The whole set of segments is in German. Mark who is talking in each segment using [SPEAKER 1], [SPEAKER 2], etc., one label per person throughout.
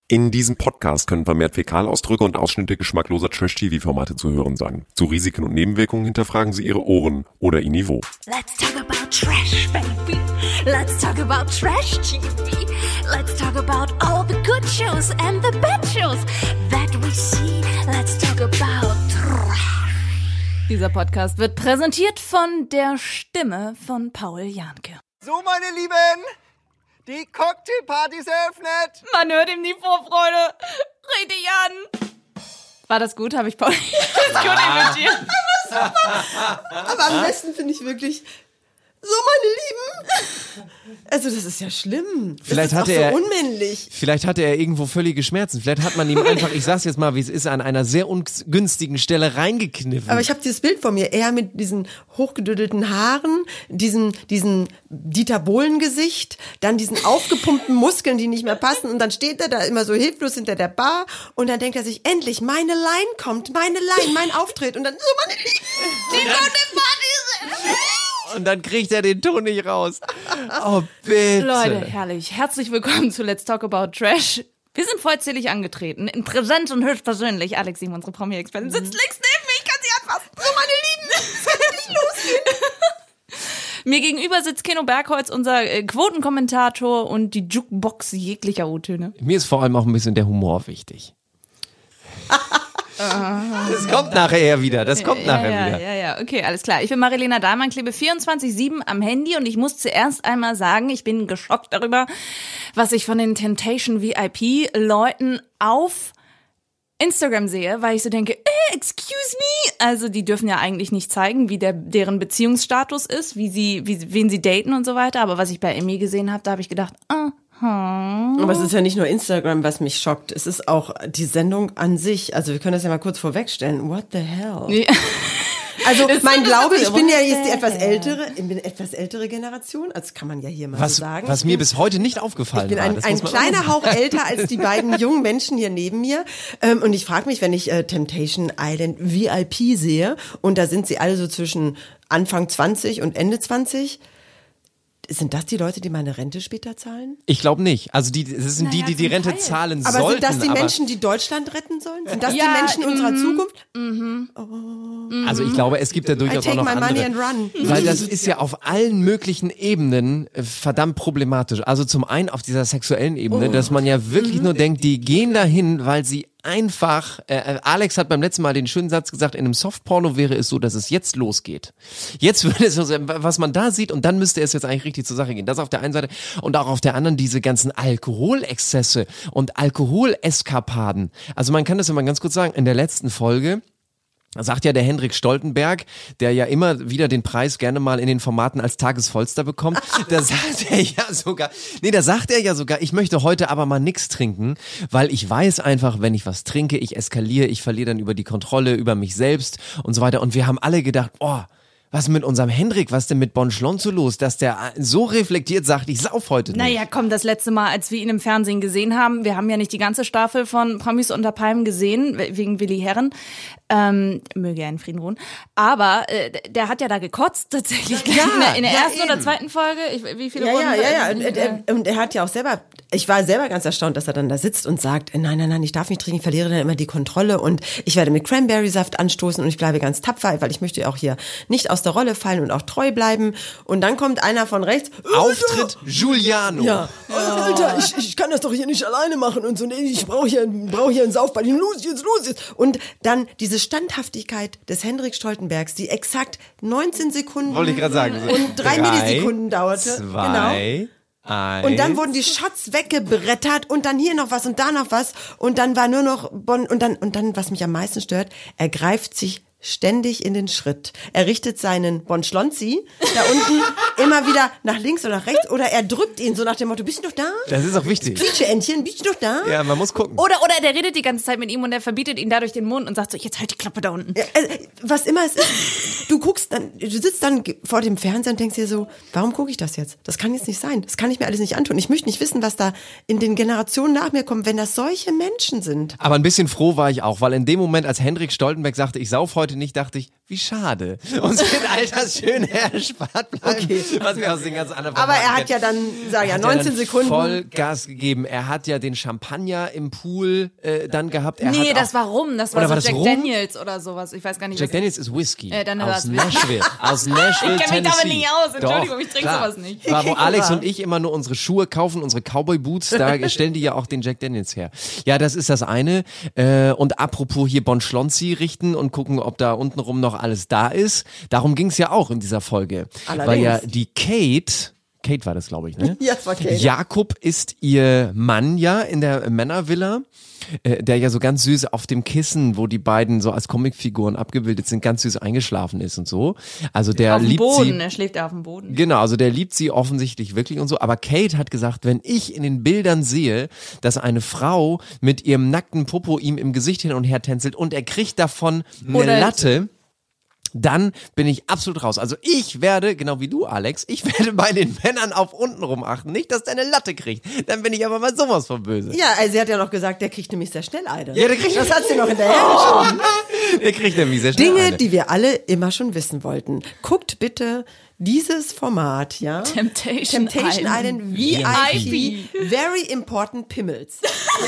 [SPEAKER 1] In diesem Podcast können vermehrt Fäkalausdrücke und Ausschnitte geschmackloser Trash-TV-Formate zu hören sein. Zu Risiken und Nebenwirkungen hinterfragen Sie Ihre Ohren oder Ihr Niveau.
[SPEAKER 2] Let's talk about trash, baby. Let's talk about trash TV. Let's talk about all the good shows and the bad shows that we see. Let's talk about trash.
[SPEAKER 3] Dieser Podcast wird präsentiert von der Stimme von Paul Janke.
[SPEAKER 4] So, meine Lieben, die Cocktailparty ist eröffnet.
[SPEAKER 3] Man hört ihm die Vorfreude richtig an. War das gut? Habe ich Paul das gut imitiert?
[SPEAKER 5] Aber am besten finde ich wirklich, so meine Lieben. Also das ist ja schlimm.
[SPEAKER 6] Vielleicht
[SPEAKER 5] das ist
[SPEAKER 6] hatte
[SPEAKER 5] auch so
[SPEAKER 6] er
[SPEAKER 5] unmännlich.
[SPEAKER 6] Vielleicht hatte er irgendwo völlige Schmerzen. Vielleicht hat man ihm einfach, ich sag's jetzt mal, wie es ist, an einer sehr ungünstigen Stelle reingekniffen.
[SPEAKER 5] Aber ich habe dieses Bild vor mir, er mit diesen hochgedüdelten Haaren, diesen Dieter Bohlen-Gesicht, dann diesen aufgepumpten Muskeln, die nicht mehr passen, und dann steht er da immer so hilflos hinter der Bar und dann denkt er sich, endlich, meine Line kommt, mein Auftritt, und dann, so meine Lieben, die Cocktailparty ist.
[SPEAKER 6] Und dann kriegt er den Ton nicht raus. Oh, bitte.
[SPEAKER 3] Leute, herrlich. Herzlich willkommen zu Let's Talk About Trash. Wir sind vollzählig angetreten, in Präsenz und höchstpersönlich. Alex Sieben, unsere Promi-Expertin, sitzt links neben mir. Ich kann sie anfassen. So, meine Lieben, es kann nicht losgehen. Mir gegenüber sitzt Keno Bergholz, unser Quotenkommentator und die Jukebox jeglicher O-Töne.
[SPEAKER 6] Mir ist vor allem auch ein bisschen der Humor wichtig. Das kommt nachher wieder.
[SPEAKER 3] Ja, okay, alles klar. Ich bin Marilena Dahlmann, klebe 24/7 am Handy und ich muss zuerst einmal sagen, ich bin geschockt darüber, was ich von den Temptation VIP-Leuten auf Instagram sehe, weil ich so denke, excuse me, also die dürfen ja eigentlich nicht zeigen, wie deren Beziehungsstatus ist, wen sie daten und so weiter, aber was ich bei Emmy gesehen habe, da habe ich gedacht,
[SPEAKER 5] Aber es ist ja nicht nur Instagram, was mich schockt. Es ist auch die Sendung an sich. Also wir können das ja mal kurz vorwegstellen. What the hell?
[SPEAKER 3] Ja.
[SPEAKER 5] Also mein Glaube, ich bin ja jetzt die etwas ältere Generation. Also kann man ja hier mal so sagen.
[SPEAKER 6] Was mir bis heute nicht aufgefallen
[SPEAKER 5] war. Ich bin ein kleiner Hauch älter als die beiden jungen Menschen hier neben mir. Und ich frage mich, wenn ich Temptation Island VIP sehe und da sind sie alle so zwischen Anfang 20 und Ende 20. Sind das die Leute, die meine Rente später zahlen?
[SPEAKER 6] Ich glaube nicht. Also das sind die Rente Teil zahlen sollten.
[SPEAKER 5] Aber sind das die Menschen, die Deutschland retten sollen? Sind das die Menschen unserer Zukunft?
[SPEAKER 6] Also ich glaube, es gibt da durchaus auch noch andere. I take my money and run. Weil das ist ja auf allen möglichen Ebenen verdammt problematisch. Also zum einen auf dieser sexuellen Ebene, dass man ja wirklich nur denkt, die gehen dahin, weil sie einfach, Alex hat beim letzten Mal den schönen Satz gesagt, in einem Softporno wäre es so, dass es jetzt losgeht. Jetzt würde es so sein, was man da sieht, und dann müsste es jetzt eigentlich richtig zur Sache gehen. Das auf der einen Seite und auch auf der anderen diese ganzen Alkoholexzesse und Alkoholeskapaden. Also man kann das immer ganz kurz sagen, in der letzten Folge sagt ja der Hendrik Stoltenberg, der ja immer wieder den Preis gerne mal in den Formaten als Tagesvollster bekommt, da sagt er ja sogar, ich möchte heute aber mal nix trinken, weil ich weiß einfach, wenn ich was trinke, ich eskaliere, ich verliere dann über die Kontrolle, über mich selbst und so weiter. Und wir haben alle gedacht, was mit unserem Hendrik, was denn mit Bon Schlonzo los, dass der so reflektiert sagt, ich sauf heute nicht.
[SPEAKER 3] Naja, komm, das letzte Mal, als wir ihn im Fernsehen gesehen haben, wir haben ja nicht die ganze Staffel von Promis unter Palmen gesehen, wegen Willi Herren, möge er in Frieden ruhen, aber der hat ja da gekotzt tatsächlich in der ersten oder zweiten Folge. Wie viele Runden?
[SPEAKER 5] Und er hat ja auch selber, ich war selber ganz erstaunt, dass er dann da sitzt und sagt, nein, ich darf nicht trinken, ich verliere dann immer die Kontrolle und ich werde mit Cranberry-Saft anstoßen und ich bleibe ganz tapfer, weil ich möchte auch hier nicht aus der Rolle fallen und auch treu bleiben. Und dann kommt einer von rechts.
[SPEAKER 6] Auftritt Giuliano.
[SPEAKER 5] Ja. Alter, ich kann das doch hier nicht alleine machen und so. Nee, ich brauche hier einen Saufball. Los jetzt. Und dann diese Standhaftigkeit des Hendrik Stoltenbergs, die exakt 19 Sekunden
[SPEAKER 6] wollte ich gerade sagen.
[SPEAKER 5] Und 3 Millisekunden dauerte.
[SPEAKER 6] 2, 1.
[SPEAKER 5] Und dann wurden die Shots weggebrettert und dann hier noch was und da noch was und dann war nur noch Bon und dann, was mich am meisten stört, er greift sich ständig in den Schritt. Er richtet seinen Bon Schlonzi da unten immer wieder nach links oder nach rechts oder er drückt ihn so nach dem Motto, bist du noch da?
[SPEAKER 6] Das ist auch wichtig.
[SPEAKER 5] Quietscheentchen, bist du noch da?
[SPEAKER 6] Ja, man muss gucken.
[SPEAKER 3] Oder der redet die ganze Zeit mit ihm und er verbietet ihn dadurch den Mund und sagt so, jetzt halt die Klappe da unten.
[SPEAKER 5] Ja, was immer es ist, du sitzt dann vor dem Fernseher und denkst dir so, warum gucke ich das jetzt? Das kann jetzt nicht sein. Das kann ich mir alles nicht antun. Ich möchte nicht wissen, was da in den Generationen nach mir kommt, wenn das solche Menschen sind.
[SPEAKER 6] Aber ein bisschen froh war ich auch, weil in dem Moment, als Hendrik Stoltenberg sagte, ich sauf heute nicht, dachte ich, Wie schade. Uns wird all das Schöne erspart bleiben, was wir aus den ganz anderen
[SPEAKER 5] Aber er hat ja dann, 19 Sekunden.
[SPEAKER 6] Voll Gas gegeben. Er hat ja den Champagner im Pool dann gehabt.
[SPEAKER 3] Das war rum. Das war so Jack Daniels oder sowas. Ich weiß gar nicht.
[SPEAKER 6] Jack Daniels ist Whisky.
[SPEAKER 3] Dann
[SPEAKER 6] aus Nashville. Aus Nashville,
[SPEAKER 3] ich kenne mich damit
[SPEAKER 6] Tennessee.
[SPEAKER 3] nicht aus. Entschuldigung, ich trinke sowas nicht.
[SPEAKER 6] Wo Alex und ich immer nur unsere Schuhe kaufen, unsere Cowboy-Boots, da stellen die ja auch den Jack Daniels her. Ja, das ist das eine. Und apropos hier Bon Schlonzi richten und gucken, ob da untenrum noch alles da ist. Darum ging es ja auch in dieser Folge.
[SPEAKER 5] Allerdings.
[SPEAKER 6] Weil ja die Kate war das, glaube ich, ne?
[SPEAKER 5] Ja, das war Kate.
[SPEAKER 6] Jakob ist ihr Mann ja in der Männervilla, der ja so ganz süß auf dem Kissen, wo die beiden so als Comicfiguren abgebildet sind, ganz süß eingeschlafen ist und so. Also der liebt sie.
[SPEAKER 3] Er schläft auf dem Boden.
[SPEAKER 6] Genau, also der liebt sie offensichtlich wirklich und so. Aber Kate hat gesagt, wenn ich in den Bildern sehe, dass eine Frau mit ihrem nackten Popo ihm im Gesicht hin und her tänzelt und er kriegt davon eine Latte, dann bin ich absolut raus. Also ich werde, genau wie du, Alex, ich werde bei den Männern auf untenrum achten. Nicht, dass der eine Latte kriegt. Dann bin ich aber mal sowas von böse.
[SPEAKER 5] Ja, also sie hat ja noch gesagt, der kriegt nämlich sehr schnell eine.
[SPEAKER 6] Ja, der kriegt
[SPEAKER 5] das hat sie noch hinterher geschrieben.
[SPEAKER 6] Der kriegt nämlich sehr schnell
[SPEAKER 5] Dinge,
[SPEAKER 6] eine.
[SPEAKER 5] die wir alle immer schon wissen wollten. Guckt bitte dieses Format, ja?
[SPEAKER 3] Temptation
[SPEAKER 5] Island VIP. Very important Pimmels.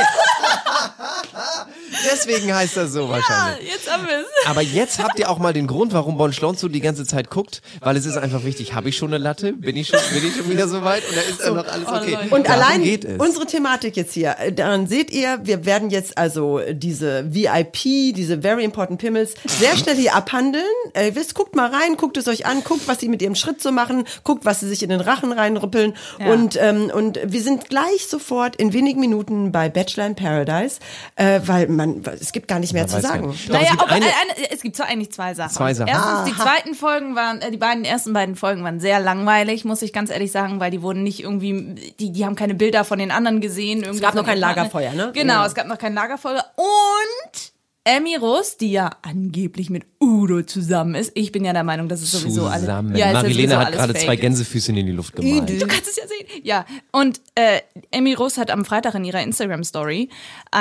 [SPEAKER 6] Deswegen heißt das so wahrscheinlich.
[SPEAKER 3] Ja, jetzt haben wir es.
[SPEAKER 6] Aber jetzt habt ihr auch mal den Grund, warum Bon Schlonzo die ganze Zeit guckt, weil es ist einfach wichtig. Habe ich schon eine Latte? Bin ich schon wieder so weit? Oder ist noch alles okay?
[SPEAKER 5] Und
[SPEAKER 6] Darum
[SPEAKER 5] allein
[SPEAKER 6] geht es.
[SPEAKER 5] unsere Thematik jetzt hier, daran seht ihr, wir werden jetzt also diese VIP, diese Very Important Pimmels sehr schnell hier abhandeln. Wisst, guckt mal rein, guckt es euch an, guckt, was sie mit ihrem Schritt so machen, guckt, was sie sich in den Rachen reinrüppeln.
[SPEAKER 3] Ja.
[SPEAKER 5] Und wir sind gleich sofort in wenigen Minuten bei Bachelor in Paradise, weil es gibt gar nicht mehr zu sagen.
[SPEAKER 3] Naja, es gibt eigentlich zwei Sachen. Erstens, die ersten beiden Folgen waren sehr langweilig, muss ich ganz ehrlich sagen, weil die wurden nicht irgendwie, die haben keine Bilder von den anderen gesehen.
[SPEAKER 5] Es gab noch kein Lagerfeuer, ne?
[SPEAKER 3] Genau, es gab noch kein Lagerfeuer. Und Emmy Rus, die ja angeblich mit Udo zusammen ist. Ich bin ja der Meinung, das ist sowieso alles.
[SPEAKER 6] Ja, Marilena hat gerade 2 Gänsefüßchen in die Luft gemalt.
[SPEAKER 3] Du kannst es ja sehen. Ja, und Emmy Rus hat am Freitag in ihrer Instagram-Story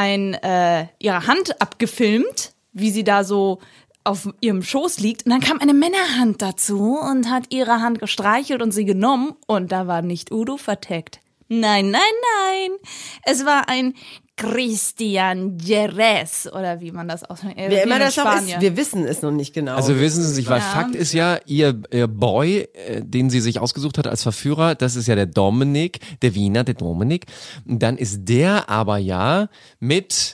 [SPEAKER 3] ihre Hand abgefilmt, wie sie da so auf ihrem Schoß liegt. Und dann kam eine Männerhand dazu und hat ihre Hand gestreichelt und sie genommen. Und da war nicht Udo verteckt. Nein. Es war ein Christian Jerez oder wie man das ausspricht.
[SPEAKER 5] Wer immer das auch ist, wir wissen es noch nicht genau.
[SPEAKER 6] Also wir wissen es nicht, weil Fakt ist ja, ihr Boy, den sie sich ausgesucht hat als Verführer, das ist ja der Dominik, der Wiener, der Dominik. Und dann ist der aber ja mit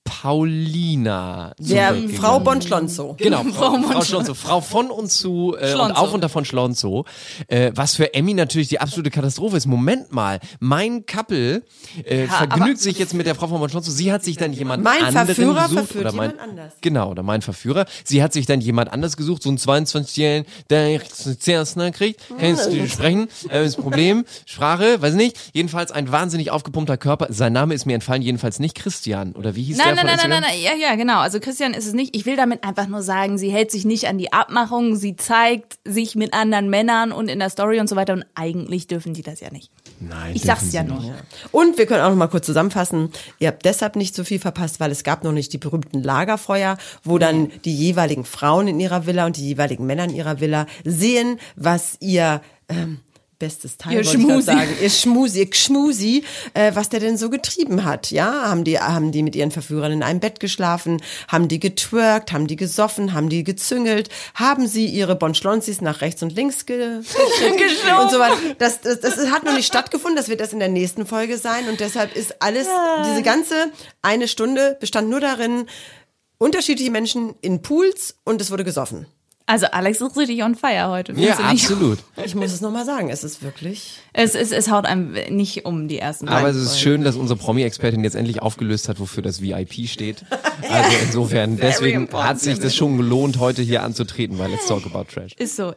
[SPEAKER 6] Paulina.
[SPEAKER 5] Frau Bon Schlonzo.
[SPEAKER 6] Genau, Frau Schlonzo. Frau von und zu und auf und davon Schlonzo. Was für Emmy natürlich die absolute Katastrophe ist. Moment mal, mein Couple vergnügt sich jetzt mit der Frau von Bon Schlonzo. Sie hat sich dann jemand anderen gesucht.
[SPEAKER 5] Verführt jemand anders.
[SPEAKER 6] Genau, oder mein Verführer. Sie hat sich dann jemand anders gesucht, so einen 22-Jährigen, der zuerst kriegt. Kannst du sprechen? Das Problem, Sprache, weiß nicht. Jedenfalls ein wahnsinnig aufgepumpter Körper. Sein Name ist mir entfallen, jedenfalls nicht Christian. Oder wie hieß der?
[SPEAKER 3] Nein, ja, genau. Also Christian ist es nicht. Ich will damit einfach nur sagen, sie hält sich nicht an die Abmachung, sie zeigt sich mit anderen Männern und in der Story und so weiter und eigentlich dürfen die das ja nicht.
[SPEAKER 6] Nein,
[SPEAKER 3] ich sag's ja nur.
[SPEAKER 5] Und wir können auch noch mal kurz zusammenfassen, ihr habt deshalb nicht so viel verpasst, weil es gab noch nicht die berühmten Lagerfeuer, wo dann die jeweiligen Frauen in ihrer Villa und die jeweiligen Männer in ihrer Villa sehen, was ihr bestes Teil, wollte ich sagen. Ihr Schmusi, was der denn so getrieben hat, ja? Haben die mit ihren Verführern in einem Bett geschlafen? Haben die getwerkt? Haben die gesoffen? Haben die gezüngelt? Haben sie ihre Bon Schlonzis nach rechts und links geschoben und so weiter? Das hat noch nicht stattgefunden, das wird erst in der nächsten Folge sein und deshalb ist alles, diese ganze eine Stunde bestand nur darin, unterschiedliche Menschen in Pools und es wurde gesoffen.
[SPEAKER 3] Also Alex ist richtig on fire heute.
[SPEAKER 6] Ja, absolut.
[SPEAKER 5] Ich muss es nochmal sagen, es ist wirklich...
[SPEAKER 3] Es haut einem nicht um die ersten
[SPEAKER 6] Aber es ist schön, dass unsere Promi-Expertin jetzt endlich aufgelöst hat, wofür das VIP steht. Also insofern, deswegen hat sich das schon gelohnt, heute hier anzutreten bei Let's Talk About Trash.
[SPEAKER 3] Ist so.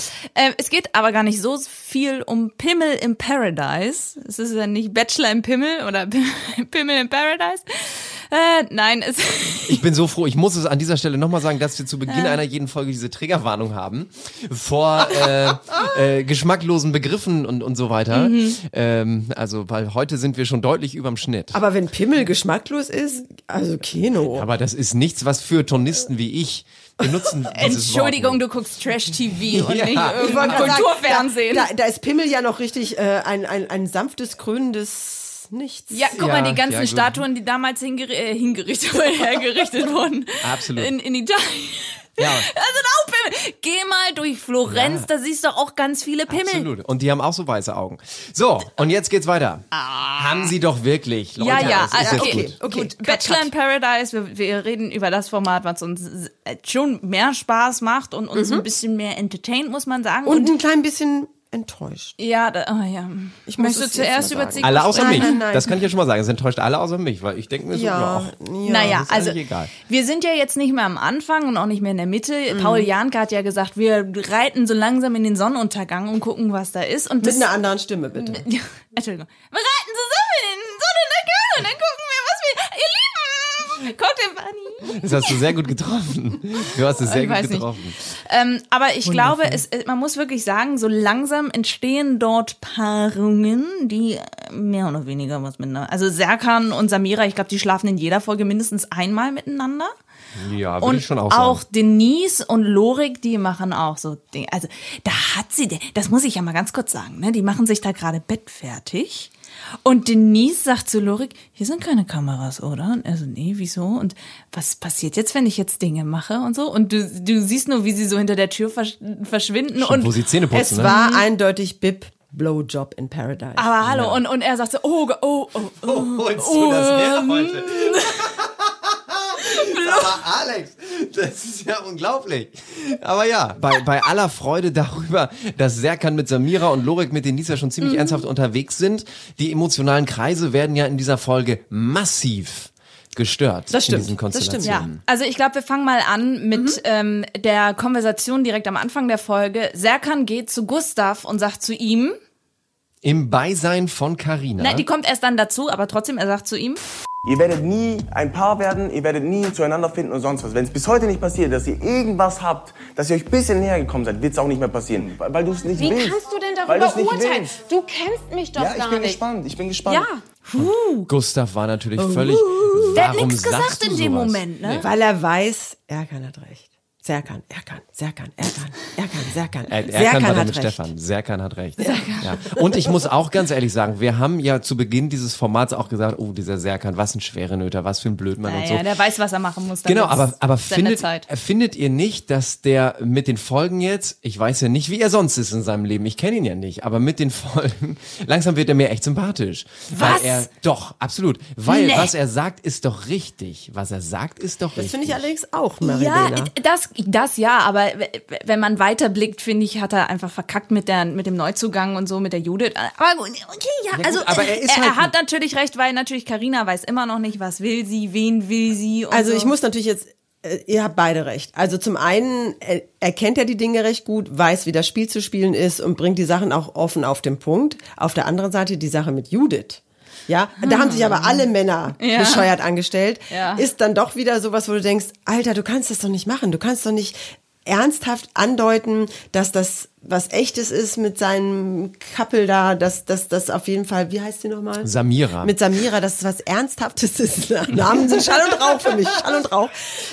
[SPEAKER 3] Es geht aber gar nicht so viel um Pimmel in Paradise. Es ist ja nicht Bachelor im Pimmel oder Pimmel in Paradise, Nein,
[SPEAKER 6] Ich bin so froh, ich muss es an dieser Stelle nochmal sagen, dass wir zu Beginn einer jeden Folge diese Triggerwarnung haben vor geschmacklosen Begriffen und so weiter. Also, weil heute sind wir schon deutlich überm Schnitt.
[SPEAKER 5] Aber wenn Pimmel geschmacklos ist, also Kino.
[SPEAKER 6] Aber das ist nichts, was für Turnisten wie ich benutzen dieses
[SPEAKER 3] Entschuldigung,
[SPEAKER 6] Wort
[SPEAKER 3] du guckst Trash-TV und
[SPEAKER 6] Ja.
[SPEAKER 3] nicht irgendwann Kulturfernsehen.
[SPEAKER 5] Da ist Pimmel ja noch richtig ein sanftes, krönendes Nichts.
[SPEAKER 3] Ja, guck mal, die
[SPEAKER 6] Ja,
[SPEAKER 3] ganzen
[SPEAKER 6] gut.
[SPEAKER 3] Statuen, die damals hergerichtet wurden.
[SPEAKER 6] Absolut.
[SPEAKER 3] In Italien.
[SPEAKER 6] Ja.
[SPEAKER 3] Das sind auch Pimmel. Geh mal durch Florenz, da siehst du auch ganz viele Pimmel.
[SPEAKER 6] Absolut. Und die haben auch so weiße Augen. So, und jetzt geht's weiter. Haben sie doch wirklich, Leute.
[SPEAKER 3] Ja,
[SPEAKER 6] das ist jetzt
[SPEAKER 3] okay.
[SPEAKER 6] gut.
[SPEAKER 5] Okay,
[SPEAKER 3] Gut. Bachelor in Paradise, wir reden über das Format, was uns schon mehr Spaß macht und uns ein bisschen mehr entertaint, muss man sagen.
[SPEAKER 5] Und ein klein bisschen enttäuscht.
[SPEAKER 3] ja,
[SPEAKER 5] Ich muss
[SPEAKER 3] möchte
[SPEAKER 5] es
[SPEAKER 3] zuerst
[SPEAKER 5] jetzt mal
[SPEAKER 3] über
[SPEAKER 5] sagen.
[SPEAKER 3] Zico
[SPEAKER 6] Alle außer
[SPEAKER 3] sprechen.
[SPEAKER 6] mich.
[SPEAKER 5] Nein.
[SPEAKER 6] Das kann ich ja schon mal sagen. Es enttäuscht alle außer mich, weil ich denke mir so,
[SPEAKER 5] Ja,
[SPEAKER 6] ach,
[SPEAKER 3] Naja,
[SPEAKER 6] ist
[SPEAKER 3] also
[SPEAKER 6] eigentlich egal.
[SPEAKER 3] wir sind ja jetzt nicht mehr am Anfang und auch nicht mehr in der Mitte. Paul Janke hat ja gesagt, wir reiten so langsam in den Sonnenuntergang und gucken, was da ist. Und
[SPEAKER 5] Mit einer anderen Stimme, bitte.
[SPEAKER 3] Ja, Entschuldigung. Wir reiten zusammen in den Sonnenuntergang und dann gucken wir, was wir... Ihr Lieben! Cocktail Bunny!
[SPEAKER 6] Das hast du sehr gut getroffen. Du hast es sehr
[SPEAKER 3] Ich
[SPEAKER 6] gut
[SPEAKER 3] weiß nicht.
[SPEAKER 6] getroffen.
[SPEAKER 3] Aber ich glaube, man muss wirklich sagen, so langsam entstehen dort Paarungen, die mehr oder weniger was miteinander... Also Serkan und Samira, ich glaube, die schlafen in jeder Folge mindestens einmal miteinander.
[SPEAKER 6] Ja, würde
[SPEAKER 3] Und
[SPEAKER 6] ich schon auch
[SPEAKER 3] auch
[SPEAKER 6] sagen.
[SPEAKER 3] Denise und Lorik, die machen auch so Dinge. Also da hat sie, das muss ich ja mal ganz kurz sagen, ne? Die machen sich da gerade bettfertig. Und Denise sagt zu Lorik, hier sind keine Kameras, oder? Und er so, nee, wieso? Und was passiert jetzt, wenn ich jetzt Dinge mache und so? Und du siehst nur, wie sie so hinter der Tür verschwinden.
[SPEAKER 6] Schon,
[SPEAKER 3] Und
[SPEAKER 6] wo sie Zähne putzen,
[SPEAKER 5] Es
[SPEAKER 6] ne?
[SPEAKER 5] war eindeutig Bib Blowjob in Paradise.
[SPEAKER 3] aber hallo, und er sagt so, oh.
[SPEAKER 6] Holst du das her heute? Aber Alex, das ist ja unglaublich. Aber ja, bei aller Freude darüber, dass Serkan mit Samira und Lorik mit Denise ja schon ziemlich ernsthaft unterwegs sind, die emotionalen Kreise werden ja in dieser Folge massiv gestört.
[SPEAKER 5] Das stimmt,
[SPEAKER 6] In diesen
[SPEAKER 5] das stimmt.
[SPEAKER 3] Ja,
[SPEAKER 6] Konstellationen.
[SPEAKER 3] also ich glaube, wir fangen mal an mit der Konversation direkt am Anfang der Folge. Serkan geht zu Gustav und sagt zu ihm,
[SPEAKER 6] Im Beisein von Carina.
[SPEAKER 3] nein, die kommt erst dann dazu, aber trotzdem, er sagt zu ihm,
[SPEAKER 7] Ihr werdet nie ein Paar werden, ihr werdet nie zueinander finden und sonst was. Wenn es bis heute nicht passiert, dass ihr irgendwas habt, dass ihr euch ein bisschen näher gekommen seid, wird es auch nicht mehr passieren, weil du es nicht
[SPEAKER 8] Wie
[SPEAKER 7] willst.
[SPEAKER 8] kannst du denn
[SPEAKER 7] Weil
[SPEAKER 8] darüber
[SPEAKER 7] du's nicht
[SPEAKER 8] urteilen?
[SPEAKER 7] willst.
[SPEAKER 8] Du kennst mich doch
[SPEAKER 7] Ja,
[SPEAKER 8] gar
[SPEAKER 7] ich bin
[SPEAKER 8] nicht.
[SPEAKER 7] gespannt, ich bin gespannt.
[SPEAKER 3] ja,
[SPEAKER 6] Gustav war natürlich völlig.
[SPEAKER 3] der hat
[SPEAKER 6] Warum
[SPEAKER 3] nichts
[SPEAKER 6] sagst
[SPEAKER 3] gesagt
[SPEAKER 6] du
[SPEAKER 3] in dem
[SPEAKER 6] sowas?
[SPEAKER 3] Moment, ne?
[SPEAKER 5] Weil er weiß, Erkan hat recht. Serkan
[SPEAKER 6] Erkan war
[SPEAKER 5] hat
[SPEAKER 6] mit
[SPEAKER 5] recht.
[SPEAKER 6] Stefan. Serkan hat recht. Ja. Und ich muss auch ganz ehrlich sagen, wir haben ja zu Beginn dieses Formats auch gesagt, oh, dieser Serkan, was ein schwere Nöter, was für ein Blödmann und so.
[SPEAKER 3] Naja, der weiß, was er machen muss.
[SPEAKER 6] Genau,
[SPEAKER 3] damit
[SPEAKER 6] aber
[SPEAKER 3] Sendezeit.
[SPEAKER 6] findet ihr nicht, dass der mit den Folgen jetzt, ich weiß ja nicht, wie er sonst ist in seinem Leben, ich kenne ihn ja nicht, aber mit den Folgen, langsam wird er mir echt sympathisch.
[SPEAKER 3] Was?
[SPEAKER 6] Doch, absolut. Weil
[SPEAKER 3] Nee.
[SPEAKER 6] was er sagt, ist doch richtig. Was er sagt, ist doch
[SPEAKER 5] Das
[SPEAKER 6] richtig.
[SPEAKER 5] finde ich allerdings auch,
[SPEAKER 3] Ja,
[SPEAKER 5] Marilena.
[SPEAKER 3] das ja, aber wenn man weiterblickt, finde ich, hat er einfach verkackt mit dem Neuzugang und so, mit der Judith. Aber gut, okay, ja,
[SPEAKER 6] gut,
[SPEAKER 3] also
[SPEAKER 6] aber er ist halt
[SPEAKER 3] er hat natürlich recht, weil natürlich Carina weiß immer noch nicht, was will sie, wen will sie und
[SPEAKER 5] Also
[SPEAKER 3] so.
[SPEAKER 5] ich muss natürlich jetzt, ihr habt beide recht. Also zum einen, er kennt ja die Dinge recht gut, weiß, wie das Spiel zu spielen ist und bringt die Sachen auch offen auf den Punkt. Auf der anderen Seite die Sache mit Judith. Ja, da haben sich aber alle Männer
[SPEAKER 3] Ja.
[SPEAKER 5] bescheuert angestellt.
[SPEAKER 3] Ja.
[SPEAKER 5] Ist dann doch wieder sowas, wo du denkst, Alter, du kannst das doch nicht machen. Du kannst doch nicht ernsthaft andeuten, dass das was Echtes ist mit seinem Couple da, dass das auf jeden Fall, wie heißt die nochmal?
[SPEAKER 6] Samira.
[SPEAKER 5] Mit Samira, dass es was Ernsthaftes ist. Namen sind Schall und Rauch für mich, Schall und Rauch.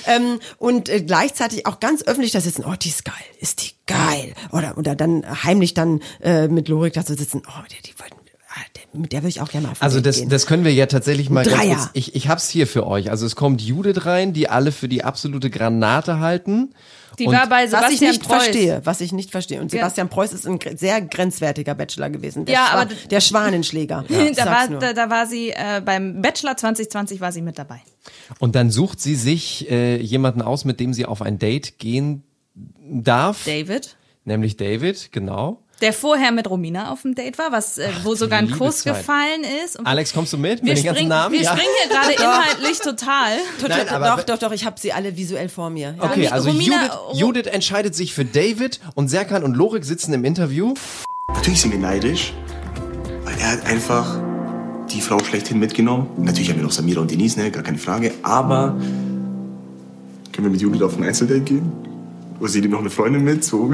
[SPEAKER 5] Und gleichzeitig auch ganz öffentlich da sitzen, oh, die ist geil. Oder dann heimlich dann mit Lorik da zu sitzen, oh, die wollten, mit der würde ich auch gerne mal auf ein
[SPEAKER 6] Also
[SPEAKER 5] Date gehen.
[SPEAKER 6] das können wir ja tatsächlich mal ganz
[SPEAKER 5] Dreier.
[SPEAKER 6] kurz. Ich hab's hier für euch. Also es kommt Judith rein, die alle für die absolute Granate halten.
[SPEAKER 3] die
[SPEAKER 6] und
[SPEAKER 3] war bei
[SPEAKER 5] was ich
[SPEAKER 3] Sebastian
[SPEAKER 5] nicht
[SPEAKER 3] Preuß.
[SPEAKER 5] verstehe. Und Sebastian Preuß ist ein sehr grenzwertiger Bachelor gewesen.
[SPEAKER 3] Ja, aber
[SPEAKER 5] der Schwanenschläger. Ich sag's nur.
[SPEAKER 3] Da war sie beim Bachelor 2020 war sie mit dabei.
[SPEAKER 6] Und dann sucht sie sich jemanden aus, mit dem sie auf ein Date gehen darf.
[SPEAKER 3] David,
[SPEAKER 6] Nämlich David, genau.
[SPEAKER 3] der vorher mit Romina auf dem Date war, wo sogar ein
[SPEAKER 6] liebe
[SPEAKER 3] Kuss
[SPEAKER 6] Zeit.
[SPEAKER 3] gefallen ist. Und
[SPEAKER 6] Alex, kommst du mit?
[SPEAKER 3] wir
[SPEAKER 6] mit den ganzen
[SPEAKER 3] springen,
[SPEAKER 6] Namen?
[SPEAKER 3] wir
[SPEAKER 6] Ja.
[SPEAKER 3] springen hier gerade inhaltlich total.
[SPEAKER 6] Nein, aber-
[SPEAKER 5] Doch, ich habe sie alle visuell vor mir. Ja.
[SPEAKER 6] Okay, also
[SPEAKER 3] Romina-
[SPEAKER 6] Judith entscheidet sich für David und Serkan und Lorik sitzen im Interview.
[SPEAKER 7] Natürlich sind wir neidisch, weil er hat einfach die Frau schlechthin mitgenommen. Natürlich haben wir noch Samira und Denise, ne, gar keine Frage. Aber können wir mit Judith auf ein Einzeldate gehen? Oder sie nimmt noch eine Freundin mit? So.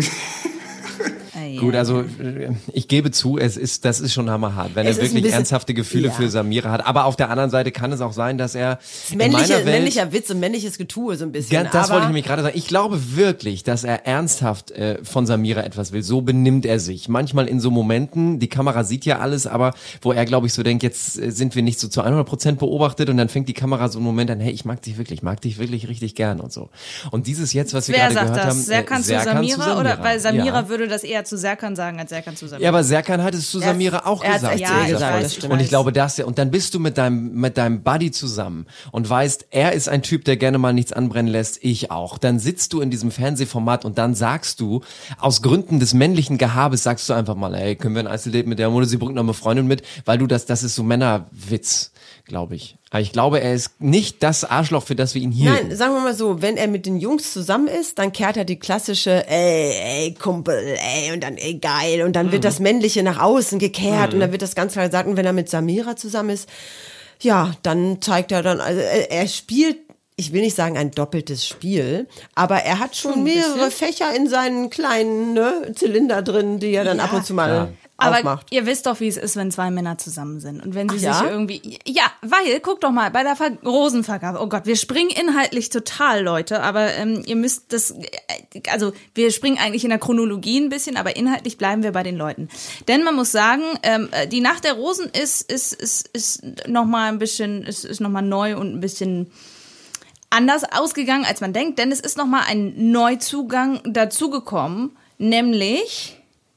[SPEAKER 6] Gut, also ich gebe zu, das ist schon hammerhart, wenn er wirklich ernsthafte Gefühle für Samira hat. Aber auf der anderen Seite kann es auch sein, dass er
[SPEAKER 5] männlicher Witz und männliches Getue so ein bisschen.
[SPEAKER 6] Das wollte ich nämlich gerade sagen. Ich glaube wirklich, dass er ernsthaft von Samira etwas will. So benimmt er sich. Manchmal in so Momenten, die Kamera sieht ja alles, aber wo er, glaube ich, so denkt, jetzt sind wir nicht so zu 100% beobachtet und dann fängt die Kamera so einen Moment an, hey, ich mag dich wirklich richtig gern und so. Und dieses jetzt, was wir gerade gehört haben.
[SPEAKER 3] Serkan zu Samira oder weil Samira würde das eher zu Serkan sagen als Serkan zu Samira.
[SPEAKER 6] Ja, aber Serkan hat es zu Samira auch gesagt. Und ich glaube, und dann bist du mit deinem Buddy zusammen und weißt, er ist ein Typ, der gerne mal nichts anbrennen lässt, ich auch. Dann sitzt du in diesem Fernsehformat und dann sagst du, aus Gründen des männlichen Gehabes sagst du einfach mal, hey, können wir ein Einzeldate mit der oder sie bringt noch eine Freundin mit, weil du das ist so Männerwitz, glaube ich. Aber ich glaube, er ist nicht das Arschloch, für das wir ihn hier.
[SPEAKER 5] Nein, sagen wir mal so, wenn er mit den Jungs zusammen ist, dann kehrt er die klassische, ey, Kumpel, ey, und dann, ey, geil. Und dann wird das Männliche nach außen gekehrt und dann wird das ganz klar gesagt. Und wenn er mit Samira zusammen ist, ja, dann zeigt er dann, also er spielt, ich will nicht sagen ein doppeltes Spiel, aber er hat schon mehrere Fächer in seinen kleinen Zylinder drin, die er dann ab und zu mal aufmacht.
[SPEAKER 3] Aber ihr wisst doch, wie es ist, wenn zwei Männer zusammen sind. Und wenn sie sich irgendwie... Ja, weil, guck doch mal, bei der Rosenvergabe, oh Gott, wir springen inhaltlich total, Leute, aber ihr müsst das... Also, wir springen eigentlich in der Chronologie ein bisschen, aber inhaltlich bleiben wir bei den Leuten. Denn man muss sagen, die Nacht der Rosen ist nochmal ein bisschen... Ist nochmal neu und ein bisschen... anders ausgegangen, als man denkt, denn es ist nochmal ein Neuzugang dazugekommen, nämlich,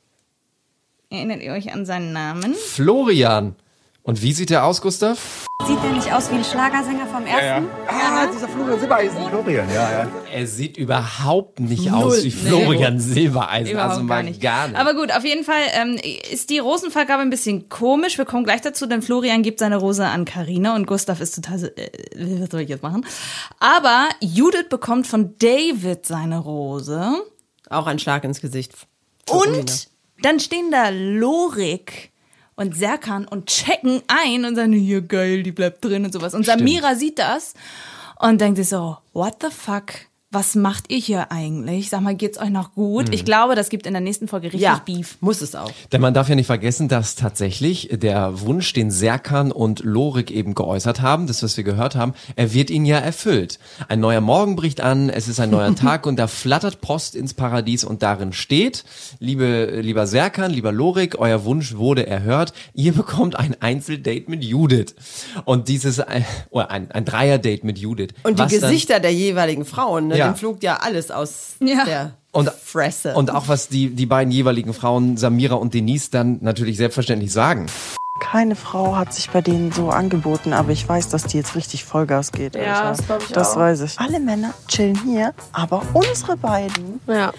[SPEAKER 3] erinnert ihr euch an seinen Namen?
[SPEAKER 6] Florian. Und wie sieht er aus, Gustav?
[SPEAKER 8] Sieht der nicht aus wie ein Schlagersänger vom Ersten?
[SPEAKER 4] Ja, dieser Florian Silbereisen. Florian, ja.
[SPEAKER 6] Er sieht überhaupt nicht aus wie Florian Silbereisen.
[SPEAKER 3] Überhaupt
[SPEAKER 6] also mal gar nicht.
[SPEAKER 3] Aber gut, auf jeden Fall ist die Rosenvergabe ein bisschen komisch. Wir kommen gleich dazu, denn Florian gibt seine Rose an Carina und Gustav ist total so, was soll ich jetzt machen? Aber Judith bekommt von David seine Rose.
[SPEAKER 5] Auch ein Schlag ins Gesicht.
[SPEAKER 3] Und dann stehen da Lorik und Serkan und checken ein und sagen, hier geil, die bleibt drin und sowas. Und Samira sieht das und denkt sich so, what the fuck? Was macht ihr hier eigentlich? Sag mal, geht's euch noch gut? Ich glaube, das gibt in der nächsten Folge richtig Beef.
[SPEAKER 5] Muss es auch.
[SPEAKER 6] Denn man darf ja nicht vergessen, dass tatsächlich der Wunsch, den Serkan und Lorik eben geäußert haben, das, was wir gehört haben, er wird ihnen ja erfüllt. Ein neuer Morgen bricht an, es ist ein neuer Tag und da flattert Post ins Paradies und darin steht, lieber Serkan, lieber Lorik, euer Wunsch wurde erhört, ihr bekommt ein Einzeldate mit Judith. Und dieses, ein Dreierdate mit Judith.
[SPEAKER 5] Und die Gesichter der jeweiligen Frauen, ne? Dem flog ja alles aus der Fresse.
[SPEAKER 6] Und auch was die beiden jeweiligen Frauen, Samira und Denise, dann natürlich selbstverständlich sagen.
[SPEAKER 9] Keine Frau hat sich bei denen so angeboten, aber ich weiß, dass die jetzt richtig Vollgas geht.
[SPEAKER 8] Ja, das glaube ich
[SPEAKER 9] das
[SPEAKER 8] auch.
[SPEAKER 9] weiß ich. Alle Männer chillen hier, aber unsere beiden,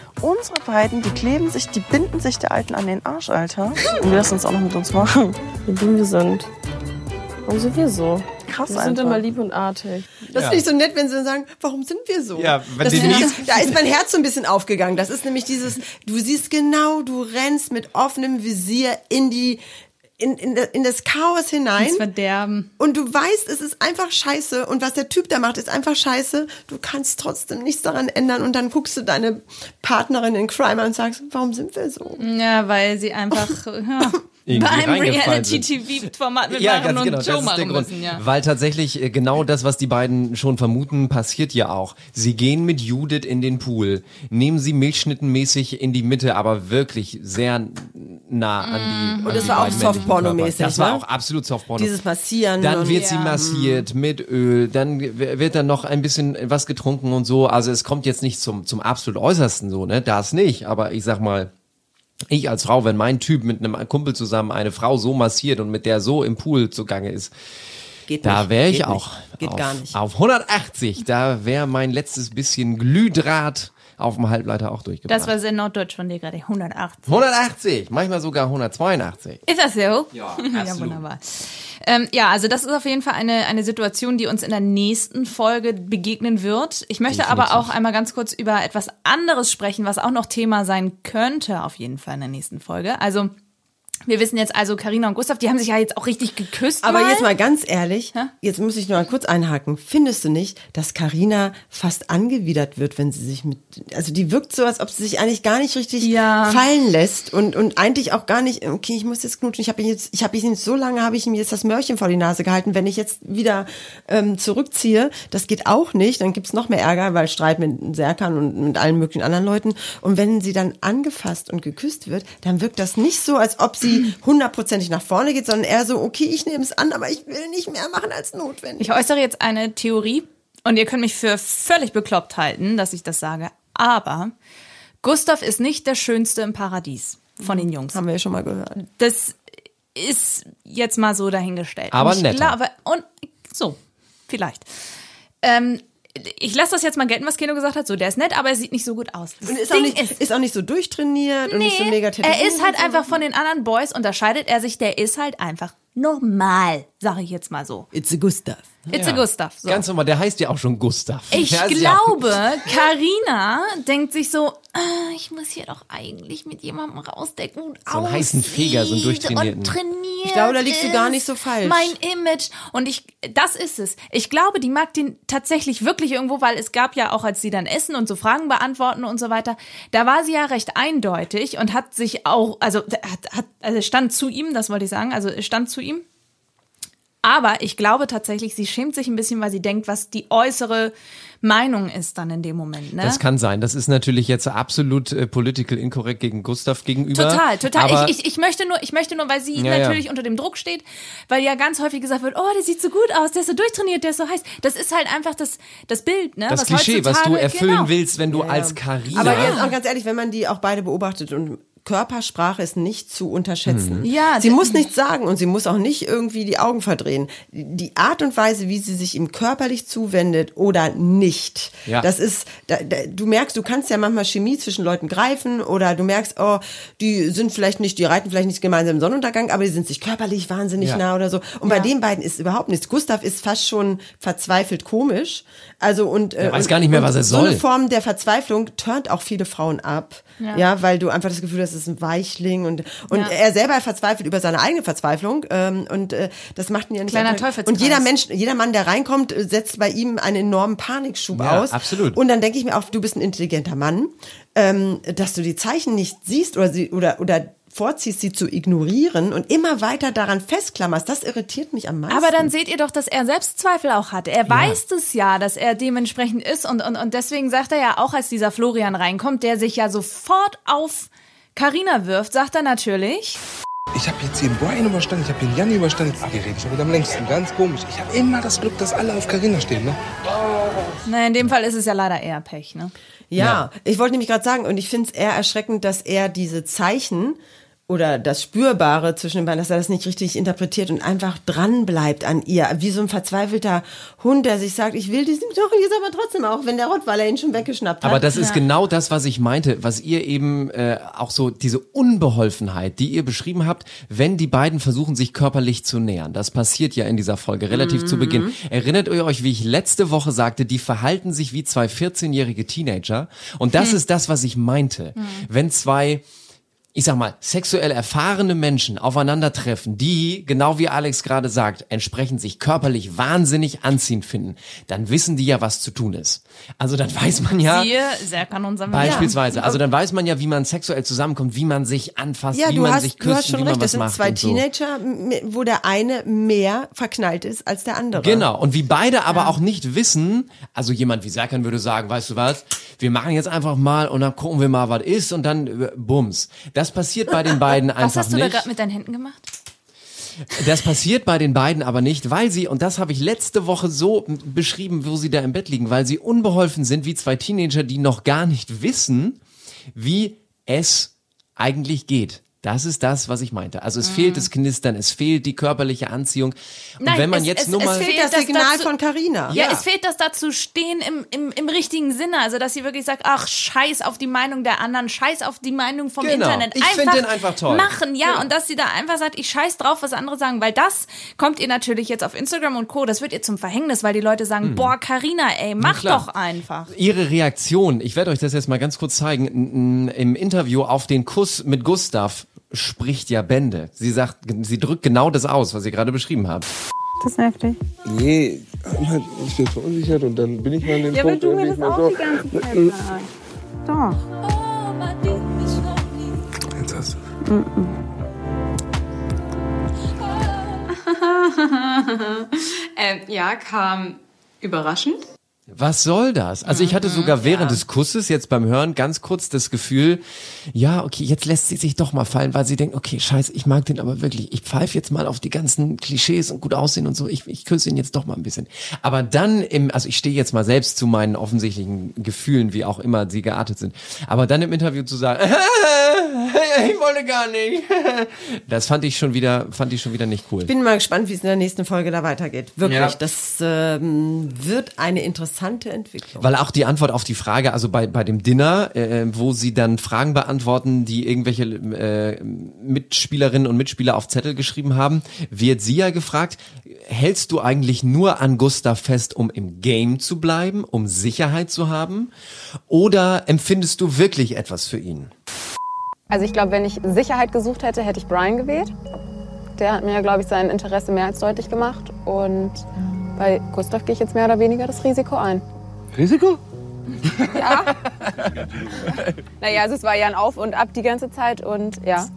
[SPEAKER 9] die kleben sich, die binden sich der Alten an den Arsch, Alter. Und wir lassen uns auch noch mit uns machen.
[SPEAKER 8] Wie dumm wir sind. Warum sind wir so?
[SPEAKER 9] Krass,
[SPEAKER 8] wir sind immer lieb und artig.
[SPEAKER 5] Das finde ich so nett, wenn sie sagen, warum sind wir so?
[SPEAKER 6] Ja,
[SPEAKER 5] da ist mein Herz so ein bisschen aufgegangen. Das ist nämlich dieses, du siehst genau, du rennst mit offenem Visier in das Chaos hinein.
[SPEAKER 3] Das Verderben.
[SPEAKER 5] Und du weißt, es ist einfach scheiße. Und was der Typ da macht, ist einfach scheiße. Du kannst trotzdem nichts daran ändern. Und dann guckst du deine Partnerin in Crime an und sagst, warum sind wir so?
[SPEAKER 3] Ja, weil sie einfach... beim Reality-TV-Format mit Maren und Joe machen müssen,
[SPEAKER 6] Weil tatsächlich genau das, was die beiden schon vermuten, passiert ja auch. Sie gehen mit Judith in den Pool, nehmen sie milchschnittenmäßig in die Mitte, aber wirklich sehr nah an die.
[SPEAKER 5] Und das war auch Softporno-mäßig.
[SPEAKER 6] Das war auch absolut Softporno.
[SPEAKER 5] Dieses Massieren.
[SPEAKER 6] Dann wird sie massiert mit Öl, dann wird dann noch ein bisschen was getrunken und so. Also es kommt jetzt nicht zum absolut Äußersten so, ne? Das nicht, aber ich sag mal, ich als Frau, wenn mein Typ mit einem Kumpel zusammen eine Frau so massiert und mit der so im Pool zugange ist, da wäre ich auch auf 180. Da wäre mein letztes bisschen Glühdraht auf dem Halbleiter auch durchgebracht.
[SPEAKER 3] Das war sehr norddeutsch von dir gerade, 180.
[SPEAKER 6] 180, manchmal sogar 182.
[SPEAKER 3] Ist das so?
[SPEAKER 6] Ja,
[SPEAKER 3] ja, wunderbar. Also das ist auf jeden Fall eine Situation, die uns in der nächsten Folge begegnen wird. Ich möchte aber auch einmal ganz kurz über etwas anderes sprechen, was auch noch Thema sein könnte, auf jeden Fall in der nächsten Folge. Also Wir wissen jetzt also, Carina und Gustav, die haben sich ja jetzt auch richtig geküsst.
[SPEAKER 5] Aber jetzt mal ganz ehrlich, jetzt muss ich nur mal kurz einhaken. Findest du nicht, dass Carina fast angewidert wird, wenn sie sich also die wirkt so, als ob sie sich eigentlich gar nicht richtig fallen lässt und eigentlich auch gar nicht, okay, ich muss jetzt knutschen, ich habe ihm jetzt das Möhrchen vor die Nase gehalten, wenn ich jetzt wieder zurückziehe, das geht auch nicht, dann gibt's noch mehr Ärger, weil Streit mit Serkan und mit allen möglichen anderen Leuten. Und wenn sie dann angefasst und geküsst wird, dann wirkt das nicht so, als ob sie 100%ig nach vorne geht, sondern eher so, okay, ich nehme es an, aber ich will nicht mehr machen als notwendig.
[SPEAKER 3] Ich äußere jetzt eine Theorie und ihr könnt mich für völlig bekloppt halten, dass ich das sage, aber Gustav ist nicht der Schönste im Paradies von den Jungs.
[SPEAKER 5] Haben wir ja schon mal gehört.
[SPEAKER 3] Das ist jetzt mal so dahingestellt.
[SPEAKER 6] Aber netter.
[SPEAKER 3] Vielleicht. Ich lasse das jetzt mal gelten, was Keno gesagt hat. So, der ist nett, aber er sieht nicht so gut aus.
[SPEAKER 5] Und ist auch nicht so durchtrainiert und nicht so mega tätowiert.
[SPEAKER 3] Er ist halt einfach von den anderen Boys, unterscheidet er sich, der ist halt einfach normal, sage ich jetzt mal so.
[SPEAKER 5] It's a Gustav.
[SPEAKER 3] It's a Gustav. So.
[SPEAKER 6] Ganz normal, der heißt ja auch schon Gustav.
[SPEAKER 3] Ich glaube, Carina denkt sich so, ich muss hier doch eigentlich mit jemandem raus, der gut aussieht.
[SPEAKER 6] So einen heißen Feger, so einen durchtrainierten.
[SPEAKER 3] Und trainiert.
[SPEAKER 5] Ich glaube, da liegst du gar nicht so falsch.
[SPEAKER 3] Mein Image. Und das ist es. Ich glaube, die mag den tatsächlich wirklich irgendwo, weil es gab ja auch, als sie dann essen und so Fragen beantworten und so weiter, da war sie ja recht eindeutig und hat sich auch, also stand zu ihm, das wollte ich sagen, also stand zu ihm. Aber ich glaube tatsächlich, sie schämt sich ein bisschen, weil sie denkt, was die äußere Meinung ist dann in dem Moment. Ne?
[SPEAKER 6] Das kann sein. Das ist natürlich jetzt absolut political incorrect gegen Gustav gegenüber.
[SPEAKER 3] Total.
[SPEAKER 6] Aber
[SPEAKER 3] ich möchte nur, weil sie natürlich unter dem Druck steht, weil ja ganz häufig gesagt wird, oh, der sieht so gut aus, der ist so durchtrainiert, der ist so heiß. Das ist halt einfach das Bild, ne?
[SPEAKER 6] Das Klischee, was du erfüllen willst, wenn du als Carina...
[SPEAKER 5] Aber jetzt auch ganz ehrlich, wenn man die auch beide beobachtet und Körpersprache ist nicht zu unterschätzen.
[SPEAKER 3] Ja,
[SPEAKER 5] sie muss nichts sagen und sie muss auch nicht irgendwie die Augen verdrehen. Die Art und Weise, wie sie sich ihm körperlich zuwendet oder nicht, das ist, du merkst, du kannst ja manchmal Chemie zwischen Leuten greifen oder du merkst, oh, die reiten vielleicht nicht gemeinsam im Sonnenuntergang, aber die sind sich körperlich wahnsinnig nah oder so. Und bei den beiden ist überhaupt nichts. Gustav ist fast schon verzweifelt komisch. Also er
[SPEAKER 6] weiß gar nicht mehr, was er soll.
[SPEAKER 5] So eine Form der Verzweiflung turnt auch viele Frauen ab. Ja, weil du einfach das Gefühl hast, es ist ein Weichling und er selber verzweifelt über seine eigene Verzweiflung das macht ihn ja nicht.
[SPEAKER 3] Kleiner Teufelskreis.
[SPEAKER 5] Und jeder Mann, der reinkommt, setzt bei ihm einen enormen Panikschub aus.
[SPEAKER 6] Absolut.
[SPEAKER 5] Und dann denke ich mir auch, du bist ein intelligenter Mann, dass du die Zeichen nicht siehst oder vorziehst, sie zu ignorieren und immer weiter daran festklammerst, das irritiert mich am meisten.
[SPEAKER 3] Aber dann seht ihr doch, dass er Selbstzweifel auch hatte. Er weiß es ja, dass er dementsprechend ist und deswegen sagt er ja auch, als dieser Florian reinkommt, der sich ja sofort auf Carina wirft, sagt er natürlich...
[SPEAKER 10] Ich habe jetzt hier den Brian überstanden, ich habe den Jan überstanden. Hier rede ich schon wieder am längsten, ganz komisch. Ich habe immer das Glück, dass alle auf Carina stehen, ne?
[SPEAKER 3] Na, in dem Fall ist es ja leider eher Pech, ne?
[SPEAKER 5] Ja. Ich wollte nämlich gerade sagen, und ich finde es eher erschreckend, dass er diese Zeichen oder das Spürbare zwischen den beiden, dass er das nicht richtig interpretiert und einfach dran bleibt an ihr. Wie so ein verzweifelter Hund, der sich sagt, ich will diesen doch jetzt aber trotzdem auch, wenn der Rottweiler ihn schon weggeschnappt hat.
[SPEAKER 6] Aber das ist genau das, was ich meinte, was ihr eben auch so, diese Unbeholfenheit, die ihr beschrieben habt, wenn die beiden versuchen, sich körperlich zu nähern. Das passiert ja in dieser Folge relativ zu Beginn. Erinnert ihr euch, wie ich letzte Woche sagte, die verhalten sich wie zwei 14-jährige Teenager? Und das ist das, was ich meinte. Wenn zwei... ich sag mal, sexuell erfahrene Menschen aufeinandertreffen, die, genau wie Alex gerade sagt, entsprechend sich körperlich wahnsinnig anziehend finden, dann wissen die ja, was zu tun ist. Also dann weiß man ja,
[SPEAKER 3] Serkan und Samir.
[SPEAKER 6] beispielsweise, also dann weiß man ja, wie man sexuell zusammenkommt, wie man sich anfasst, wie man sich küsst, wie man was macht.
[SPEAKER 5] Das sind zwei Teenager, wo der eine mehr verknallt ist als der andere.
[SPEAKER 6] Genau, und wie beide aber auch nicht wissen, also jemand wie Serkan würde sagen, weißt du was, wir machen jetzt einfach mal und dann gucken wir mal, was ist und dann bums. Das passiert bei den beiden einfach nicht.
[SPEAKER 3] Was hast du da gerade mit deinen Händen gemacht?
[SPEAKER 6] Das passiert bei den beiden aber nicht, weil sie, und das habe ich letzte Woche so beschrieben, wo sie da im Bett liegen, weil sie unbeholfen sind wie zwei Teenager, die noch gar nicht wissen, wie es eigentlich geht. Das ist das, was ich meinte. Also es fehlt das Knistern, es fehlt die körperliche Anziehung. Und
[SPEAKER 3] nein,
[SPEAKER 6] wenn man jetzt nur mal...
[SPEAKER 5] Es fehlt das Signal von Carina.
[SPEAKER 3] Ja, es fehlt das dazu stehen im richtigen Sinne. Also, dass sie wirklich sagt, ach, scheiß auf die Meinung der anderen, scheiß auf die Meinung vom Internet.
[SPEAKER 6] Ich finde den einfach toll.
[SPEAKER 3] Machen, ja. Genau. Und dass sie da einfach sagt, ich scheiß drauf, was andere sagen. Weil das kommt ihr natürlich jetzt auf Instagram und Co., das wird ihr zum Verhängnis, weil die Leute sagen, boah, Carina, ey, mach doch einfach.
[SPEAKER 6] Ihre Reaktion, ich werde euch das jetzt mal ganz kurz zeigen, im Interview auf den Kuss mit Gustav spricht ja Bände. Sie sagt, sie drückt genau das aus, was ihr gerade beschrieben habt.
[SPEAKER 8] Das ist heftig.
[SPEAKER 10] Nee, ich bin verunsichert und dann bin ich mal an dem Punkt.
[SPEAKER 8] Ja, aber du mir das auch die ganze Zeit sagst. Doch.
[SPEAKER 10] Jetzt hast du.
[SPEAKER 11] Ja, kam überraschend.
[SPEAKER 6] Was soll das? Also ich hatte sogar während des Kusses jetzt beim Hören ganz kurz das Gefühl, ja, okay, jetzt lässt sie sich doch mal fallen, weil sie denkt, okay, scheiße, ich mag den aber wirklich. Ich pfeife jetzt mal auf die ganzen Klischees und gut aussehen und so. Ich küsse ihn jetzt doch mal ein bisschen. Aber dann also ich stehe jetzt mal selbst zu meinen offensichtlichen Gefühlen, wie auch immer sie geartet sind. Aber dann im Interview zu sagen, ich wollte gar nicht. Das fand ich schon wieder nicht cool.
[SPEAKER 5] Ich bin mal gespannt, wie es in der nächsten Folge da weitergeht. Wirklich,
[SPEAKER 6] Ja.
[SPEAKER 5] das wird eine interessante Entwicklung.
[SPEAKER 6] Weil auch die Antwort auf die Frage, also bei dem Dinner, wo sie dann Fragen beantworten, die irgendwelche Mitspielerinnen und Mitspieler auf Zettel geschrieben haben, wird sie ja gefragt, hältst du eigentlich nur an Gustav fest, um im Game zu bleiben, um Sicherheit zu haben? Oder empfindest du wirklich etwas für ihn?
[SPEAKER 8] Also ich glaube, wenn ich Sicherheit gesucht hätte, hätte ich Brian gewählt. Der hat mir, glaube ich, sein Interesse mehr als deutlich gemacht. Und bei Gustav gehe ich jetzt mehr oder weniger das Risiko ein.
[SPEAKER 10] Risiko?
[SPEAKER 8] Ja. Naja, also es war ja ein Auf und Ab die ganze Zeit und ja.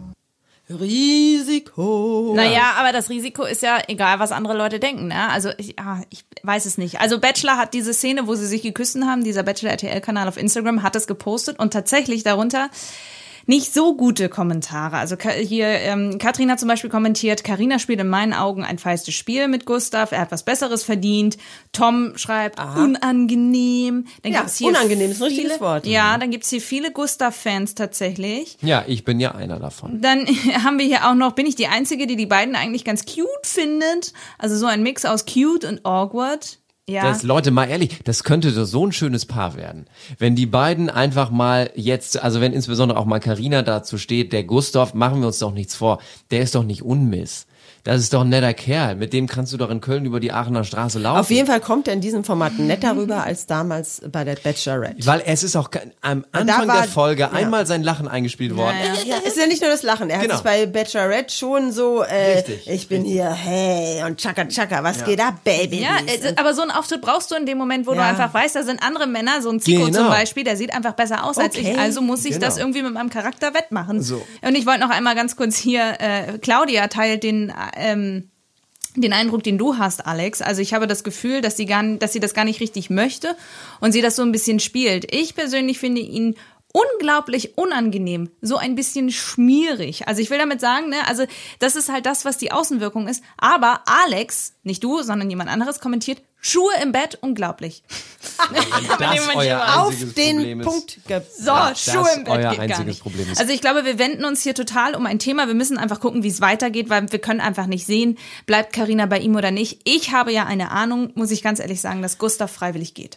[SPEAKER 5] Risiko.
[SPEAKER 3] Naja, aber das Risiko ist ja egal, was andere Leute denken. Ne? Also ich weiß es nicht. Also Bachelor hat diese Szene, wo sie sich geküsst haben, dieser Bachelor-RTL-Kanal auf Instagram hat es gepostet und tatsächlich darunter nicht so gute Kommentare. Also hier Katrin hat zum Beispiel kommentiert, Carina spielt in meinen Augen ein feistes Spiel mit Gustav, er hat was Besseres verdient. Tom schreibt, unangenehm. Dann
[SPEAKER 5] Ja,
[SPEAKER 3] gibt's hier
[SPEAKER 5] unangenehm ist ein richtiges Wort.
[SPEAKER 3] Ja, dann gibt's hier viele Gustav-Fans tatsächlich.
[SPEAKER 6] Ja, ich bin ja einer davon.
[SPEAKER 3] Dann haben wir hier auch noch, bin ich die Einzige, die beiden eigentlich ganz cute findet. Also so ein Mix aus cute und awkward. Ja.
[SPEAKER 6] Leute, mal ehrlich, das könnte so ein schönes Paar werden. Wenn die beiden einfach mal jetzt, also wenn insbesondere auch mal Carina dazu steht, der Gustav, machen wir uns doch nichts vor, der ist doch nicht unmiss. Das ist doch ein netter Kerl. Mit dem kannst du doch in Köln über die Aachener Straße laufen.
[SPEAKER 5] Auf jeden Fall kommt er in diesem Format netter rüber als damals bei der Bachelorette.
[SPEAKER 6] Weil es ist auch am Anfang der Folge einmal sein Lachen eingespielt worden.
[SPEAKER 5] Ja, es ist ja nicht nur das Lachen. Er hat sich bei Bachelorette schon so, ich bin hier, hey, und tschakka tschakka, was geht ab, Baby?
[SPEAKER 3] Ja, aber so einen Auftritt brauchst du in dem Moment, wo du einfach weißt, da sind andere Männer, so ein Zico zum Beispiel, der sieht einfach besser aus als ich, also muss ich das irgendwie mit meinem Charakter wettmachen. So. Und ich wollte noch einmal ganz kurz hier, Claudia teilt den Eindruck, den du hast, Alex. Also ich habe das Gefühl, dass sie das gar nicht richtig möchte und sie das so ein bisschen spielt. Ich persönlich finde ihn unglaublich unangenehm, so ein bisschen schmierig. Also ich will damit sagen, ne, also das ist halt das, was die Außenwirkung ist. Aber Alex, nicht du, sondern jemand anderes kommentiert, Schuhe im Bett, unglaublich.
[SPEAKER 6] Das euer
[SPEAKER 5] auf
[SPEAKER 6] einziges
[SPEAKER 5] den
[SPEAKER 6] Problem ist.
[SPEAKER 5] Punkt
[SPEAKER 3] So, Schuhe im Bett
[SPEAKER 6] euer
[SPEAKER 3] geht gar
[SPEAKER 6] einziges
[SPEAKER 3] nicht.
[SPEAKER 6] Problem ist.
[SPEAKER 3] Also ich glaube, wir wenden uns hier total um ein Thema. Wir müssen einfach gucken, wie es weitergeht, weil wir können einfach nicht sehen, bleibt Carina bei ihm oder nicht. Ich habe ja eine Ahnung, muss ich ganz ehrlich sagen, dass Gustav freiwillig geht.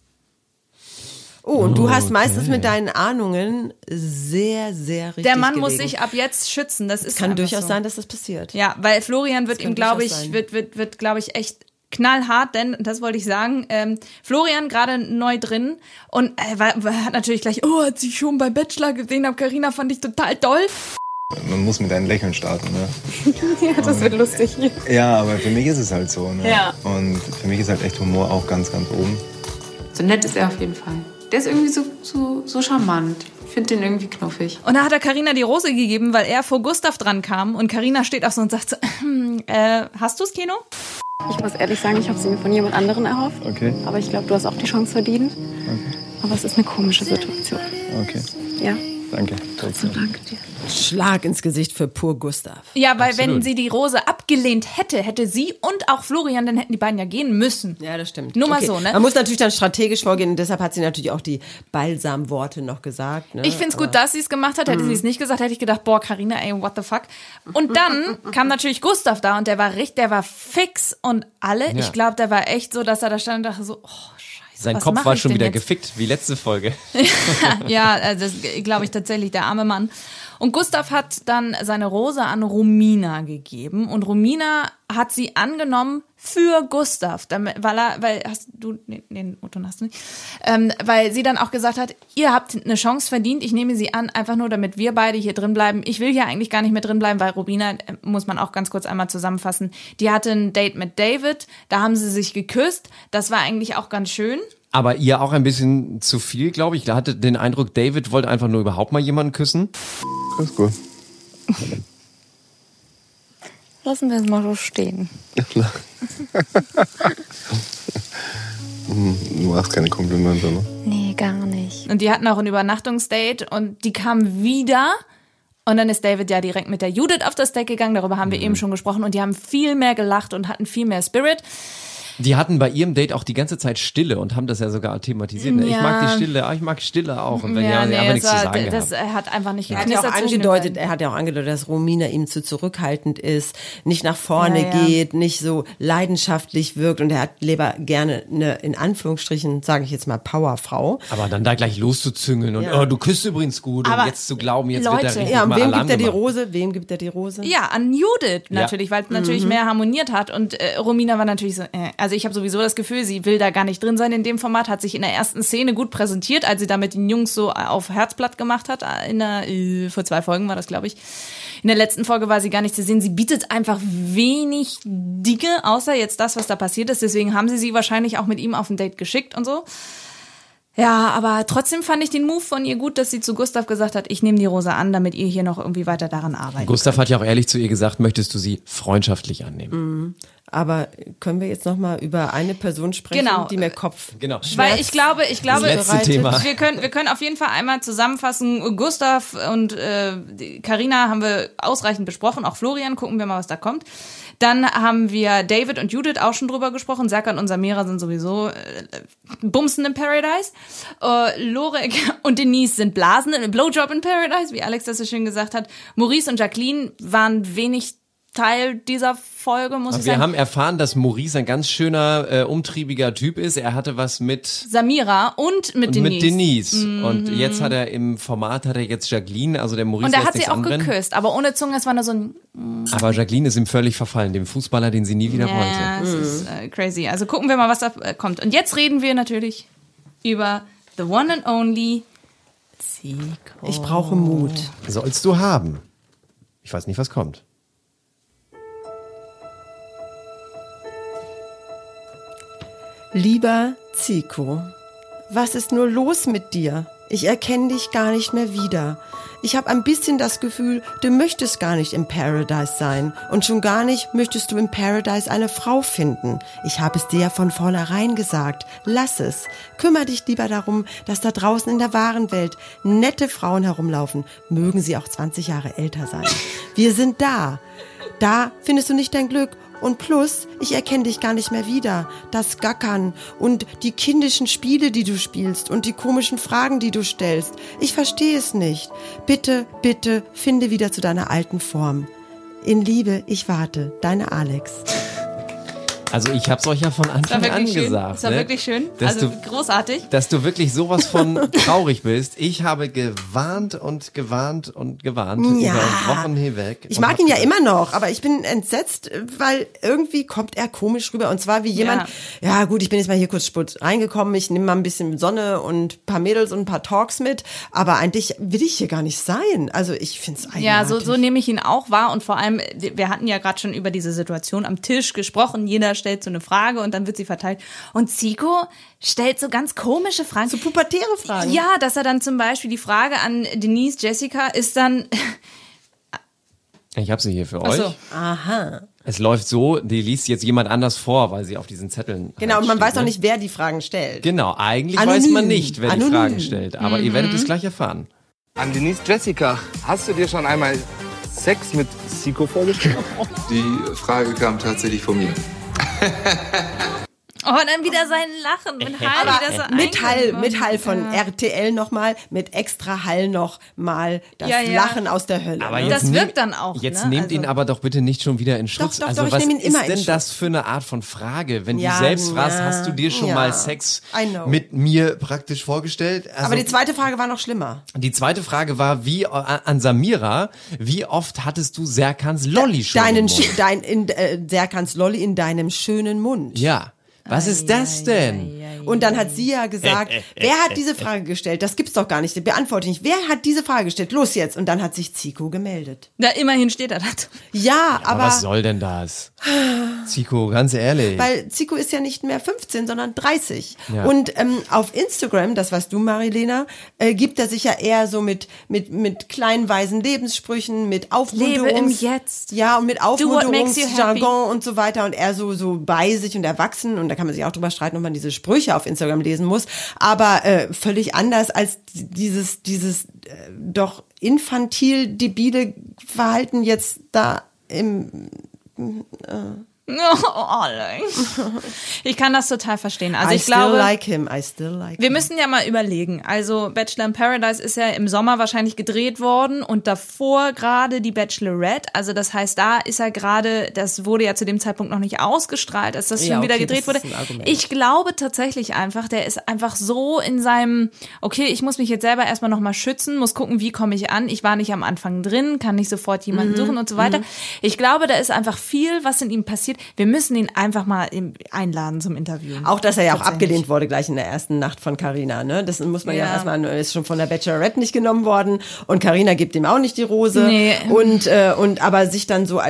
[SPEAKER 5] Oh, und du hast meistens mit deinen Ahnungen sehr, sehr richtig
[SPEAKER 3] Der Mann
[SPEAKER 5] gelegen.
[SPEAKER 3] muss sich ab jetzt schützen. Das ist
[SPEAKER 5] Kann durchaus
[SPEAKER 3] so
[SPEAKER 5] sein, dass das passiert.
[SPEAKER 3] Ja, weil Florian wird
[SPEAKER 5] Das
[SPEAKER 3] ihm,
[SPEAKER 5] kann
[SPEAKER 3] glaube ich,
[SPEAKER 5] durchaus sein.
[SPEAKER 3] wird glaube ich, echt knallhart, denn, das wollte ich sagen, Florian gerade neu drin und hat natürlich gleich, als ich schon bei Bachelor gesehen habe, Carina fand ich total toll.
[SPEAKER 12] Man muss mit einem Lächeln starten, ne?
[SPEAKER 8] Ja, das wird lustig.
[SPEAKER 12] Ja, aber für mich ist es halt so, ne?
[SPEAKER 8] Ja.
[SPEAKER 12] Und für mich ist halt echt Humor auch ganz, ganz oben.
[SPEAKER 11] So nett ist er auf jeden Fall. Der ist irgendwie so charmant. Ich finde den irgendwie knuffig.
[SPEAKER 3] Und da hat er Carina die Rose gegeben, weil er vor Gustav dran kam und Carina steht auch so und sagt so, hast du's, Keno?
[SPEAKER 8] Ich muss ehrlich sagen, ich habe sie mir von jemand anderen erhofft.
[SPEAKER 12] Okay.
[SPEAKER 8] Aber ich glaube, du hast auch die Chance verdient.
[SPEAKER 12] Okay.
[SPEAKER 8] Aber es ist eine komische Situation.
[SPEAKER 12] Okay.
[SPEAKER 8] Ja.
[SPEAKER 12] Danke.
[SPEAKER 8] So, danke dir.
[SPEAKER 5] Schlag ins Gesicht für pur Gustav.
[SPEAKER 3] Ja, weil wenn sie die Rose abgelehnt hätte sie und auch Florian, dann hätten die beiden ja gehen müssen.
[SPEAKER 5] Ja, das stimmt.
[SPEAKER 3] Nur mal so, ne?
[SPEAKER 5] Man muss natürlich dann strategisch vorgehen und deshalb hat sie natürlich auch die Balsamworte noch gesagt. Ne?
[SPEAKER 3] Ich find's gut, dass sie es gemacht hat. Hätte sie es nicht gesagt, hätte ich gedacht, boah, Carina, ey, what the fuck. Und dann kam natürlich Gustav da und der war fix und alle.
[SPEAKER 6] Ja.
[SPEAKER 3] Ich glaube, der war echt so, dass er da stand und dachte so, oh, scheiße.
[SPEAKER 6] Sein
[SPEAKER 3] was
[SPEAKER 6] Kopf
[SPEAKER 3] mach
[SPEAKER 6] war
[SPEAKER 3] ich
[SPEAKER 6] schon
[SPEAKER 3] denn
[SPEAKER 6] wieder
[SPEAKER 3] jetzt?
[SPEAKER 6] gefickt, wie letzte Folge.
[SPEAKER 3] Ja, also das glaube ich tatsächlich, der arme Mann. Und Gustav hat dann seine Rose an Romina gegeben und Romina hat sie angenommen für Gustav, weil sie dann auch gesagt hat, ihr habt eine Chance verdient, ich nehme sie an, einfach nur damit wir beide hier drin bleiben. Ich will hier eigentlich gar nicht mehr drin bleiben, weil Romina, muss man auch ganz kurz einmal zusammenfassen, die hatte ein Date mit David, da haben sie sich geküsst, das war eigentlich auch ganz schön.
[SPEAKER 6] Aber ihr auch ein bisschen zu viel, glaube ich. Da hatte den Eindruck, David wollte einfach nur überhaupt mal jemanden küssen.
[SPEAKER 12] Das ist gut.
[SPEAKER 8] Lassen wir es mal so stehen.
[SPEAKER 12] Du machst keine Komplimente, ne?
[SPEAKER 8] Nee, gar nicht.
[SPEAKER 3] Und die hatten auch ein Übernachtungsdate und die kamen wieder. Und dann ist David ja direkt mit der Judith auf das Date gegangen. Darüber haben wir eben schon gesprochen. Und die haben viel mehr gelacht und hatten viel mehr Spirit.
[SPEAKER 6] Die hatten bei ihrem Date auch die ganze Zeit Stille und haben das ja sogar thematisiert. Ja. Ich mag Stille auch. Und wenn einfach nichts zu sagen
[SPEAKER 3] das hat einfach nicht
[SPEAKER 5] Er hat ja auch angedeutet, dass Romina ihm zu zurückhaltend ist, nicht nach vorne geht, nicht so leidenschaftlich wirkt und er hat lieber gerne eine, in Anführungsstrichen, sage ich jetzt mal, Powerfrau.
[SPEAKER 6] Aber dann da gleich loszuzüngeln und du küsst übrigens gut
[SPEAKER 3] aber
[SPEAKER 6] und jetzt zu glauben, jetzt
[SPEAKER 3] Leute,
[SPEAKER 6] wird er richtig
[SPEAKER 5] und
[SPEAKER 6] mal
[SPEAKER 5] wem
[SPEAKER 6] Alarm
[SPEAKER 5] Wem gibt er die Rose?
[SPEAKER 3] Ja, an Judith natürlich, weil es natürlich mehr harmoniert hat und Romina war natürlich so, also ich habe sowieso das Gefühl, sie will da gar nicht drin sein in dem Format, hat sich in der ersten Szene gut präsentiert, als sie da mit den Jungs so auf Herzblatt gemacht hat, vor 2 Folgen war das, glaube ich. In der letzten Folge war sie gar nicht zu sehen, sie bietet einfach wenig Dinge, außer jetzt das, was da passiert ist, deswegen haben sie wahrscheinlich auch mit ihm auf ein Date geschickt und so. Ja, aber trotzdem fand ich den Move von ihr gut, dass sie zu Gustav gesagt hat, ich nehme die Rose an, damit ihr hier noch irgendwie weiter daran arbeitet.
[SPEAKER 6] Gustav hat ja auch ehrlich zu ihr gesagt, möchtest du sie freundschaftlich annehmen?
[SPEAKER 5] Aber können wir jetzt noch mal über eine Person sprechen, die mir Kopfschmerzen
[SPEAKER 3] weil ich glaube,
[SPEAKER 6] das letzte Thema.
[SPEAKER 3] Wir können auf jeden Fall einmal zusammenfassen. Gustav und Carina haben wir ausreichend besprochen, auch Florian, gucken wir mal, was da kommt. Dann haben wir David und Judith auch schon drüber gesprochen. Serkan und Samira sind sowieso Bumsen in Paradise. Lorek und Denise sind Blasen in Blowjob in Paradise, wie Alex das so schön gesagt hat. Maurice und Jacqueline waren wenig Teil dieser Folge, muss ich sagen.
[SPEAKER 6] Wir haben erfahren, dass Maurice ein ganz schöner, umtriebiger Typ ist. Er hatte was mit
[SPEAKER 3] Samira und mit Denise.
[SPEAKER 6] Und jetzt hat er im Format jetzt Jacqueline, also der Maurice.
[SPEAKER 3] Und er hat sie auch geküsst, aber ohne Zunge, es war nur so ein...
[SPEAKER 6] Aber Jacqueline ist ihm völlig verfallen, dem Fußballer, den sie nie wieder wollte.
[SPEAKER 3] Ja, das ist crazy. Also gucken wir mal, was da kommt. Und jetzt reden wir natürlich über the one and only Zico.
[SPEAKER 5] Ich brauche Mut.
[SPEAKER 6] Sollst du haben. Ich weiß nicht, was kommt.
[SPEAKER 5] Lieber Zico, was ist nur los mit dir? Ich erkenne dich gar nicht mehr wieder. Ich habe ein bisschen das Gefühl, du möchtest gar nicht im Paradise sein. Und schon gar nicht möchtest du im Paradise eine Frau finden. Ich habe es dir ja von vornherein gesagt. Lass es. Kümmere dich lieber darum, dass da draußen in der wahren Welt nette Frauen herumlaufen. Mögen sie auch 20 Jahre älter sein. Wir sind da. Da findest du nicht dein Glück. Und plus, ich erkenne dich gar nicht mehr wieder. Das Gackern und die kindischen Spiele, die du spielst und die komischen Fragen, die du stellst. Ich verstehe es nicht. Bitte, bitte, finde wieder zu deiner alten Form. In Liebe, ich warte. Deine Alex.
[SPEAKER 6] Also ich hab's euch ja von Anfang an gesagt.
[SPEAKER 3] Das war wirklich schön. Also großartig.
[SPEAKER 6] Dass du wirklich sowas von traurig bist. Ich habe gewarnt und gewarnt und gewarnt über Wochen hinweg.
[SPEAKER 5] Ich mag ihn ja immer noch, aber ich bin entsetzt, weil irgendwie kommt er komisch rüber. Und zwar wie jemand, ja gut, ich bin jetzt mal hier kurz reingekommen, ich nehme mal ein bisschen Sonne und ein paar Mädels und ein paar Talks mit, aber eigentlich will ich hier gar nicht sein. Also ich find's eigenartig.
[SPEAKER 3] Ja, so nehme ich ihn auch wahr und vor allem, wir hatten ja gerade schon über diese Situation am Tisch gesprochen, jeder stellt so eine Frage und dann wird sie verteilt. Und Zico stellt so ganz komische Fragen.
[SPEAKER 5] So pubertäre Fragen.
[SPEAKER 3] Ja, dass er dann zum Beispiel die Frage an Denise, Jessica ist dann...
[SPEAKER 6] Ich habe sie hier für euch.
[SPEAKER 5] So. Aha.
[SPEAKER 6] Es läuft so, die liest jetzt jemand anders vor, weil sie auf diesen Zetteln
[SPEAKER 5] Genau, und man
[SPEAKER 6] steht,
[SPEAKER 5] weiß auch nicht, wer die Fragen stellt.
[SPEAKER 6] Genau, eigentlich weiß man nicht, wer die Fragen stellt. Aber ihr werdet es gleich erfahren.
[SPEAKER 10] An Denise, Jessica, hast du dir schon einmal Sex mit Zico vorgestellt?
[SPEAKER 12] Die Frage kam tatsächlich von mir.
[SPEAKER 3] Oh, dann wieder sein Lachen mit Hall,
[SPEAKER 5] mit Hall von RTL nochmal, mit extra Hall nochmal das Lachen aus der Hölle.
[SPEAKER 6] Aber
[SPEAKER 3] das wirkt dann auch.
[SPEAKER 6] Jetzt nehmt ihn aber doch bitte nicht schon wieder in Schutz.
[SPEAKER 5] Doch,
[SPEAKER 6] also
[SPEAKER 5] ich
[SPEAKER 6] was
[SPEAKER 5] nehme ihn immer
[SPEAKER 6] ist
[SPEAKER 5] in
[SPEAKER 6] denn das für eine Art von Frage? Wenn du
[SPEAKER 5] Ja,
[SPEAKER 6] selbst fragst,
[SPEAKER 5] ja,
[SPEAKER 6] hast du dir schon
[SPEAKER 5] ja.
[SPEAKER 6] mal Sex
[SPEAKER 5] I know.
[SPEAKER 6] mit mir praktisch vorgestellt? Also,
[SPEAKER 5] Aber die zweite Frage war noch schlimmer.
[SPEAKER 6] die zweite Frage war, an Samira, wie oft hattest du Serkans Lolli schon im Mund?
[SPEAKER 5] Serkans Lolli in deinem schönen Mund.
[SPEAKER 6] Ja. Was ist das denn?
[SPEAKER 5] Und dann hat sie ja gesagt, wer hat diese Frage gestellt? Das gibt's doch gar nicht. Beantworte nicht. Wer hat diese Frage gestellt? Los jetzt. Und dann hat sich Zico gemeldet.
[SPEAKER 3] Na, immerhin steht er da.
[SPEAKER 5] Ja,
[SPEAKER 6] Aber was soll denn das? Zico, ganz ehrlich.
[SPEAKER 5] Weil Zico ist ja nicht mehr 15, sondern 30.
[SPEAKER 6] Ja.
[SPEAKER 5] Und auf Instagram, das weißt du, Marilena, gibt er sich ja eher so mit kleinen, weisen Lebenssprüchen, mit Aufmunterungs...
[SPEAKER 3] Lebe im Jetzt.
[SPEAKER 5] Ja, und mit
[SPEAKER 3] Do what makes you happy.
[SPEAKER 5] Aufmunterungsjargon und so weiter. Und er so bei sich und erwachsen. Und da kann man sich auch drüber streiten, ob man diese Sprüche auf Instagram lesen muss. Aber völlig anders als dieses doch infantil debile Verhalten jetzt da im...
[SPEAKER 3] Oh, Alex. Ich kann das total verstehen. Also ich glaube,
[SPEAKER 5] I still like him.
[SPEAKER 3] Wir müssen ja mal überlegen. Also Bachelor in Paradise ist ja im Sommer wahrscheinlich gedreht worden und davor gerade die Bachelorette. Also das heißt, da ist er gerade, das wurde ja zu dem Zeitpunkt noch nicht ausgestrahlt, als das schon wieder gedreht wurde. Ich glaube tatsächlich einfach, der ist einfach so in seinem, okay, ich muss mich jetzt selber erstmal nochmal schützen, muss gucken, wie komme ich an. Ich war nicht am Anfang drin, kann nicht sofort jemanden suchen und so weiter. Ich glaube, da ist einfach viel, was in ihm passiert. Wir müssen ihn einfach mal einladen zum Interview.
[SPEAKER 5] Auch, dass er ja auch abgelehnt wurde gleich in der ersten Nacht von Carina, ne? Das muss man ja erstmal, ist schon von der Bachelorette nicht genommen worden und Carina gibt ihm auch nicht die Rose.
[SPEAKER 3] Nee.
[SPEAKER 5] Und aber sich dann so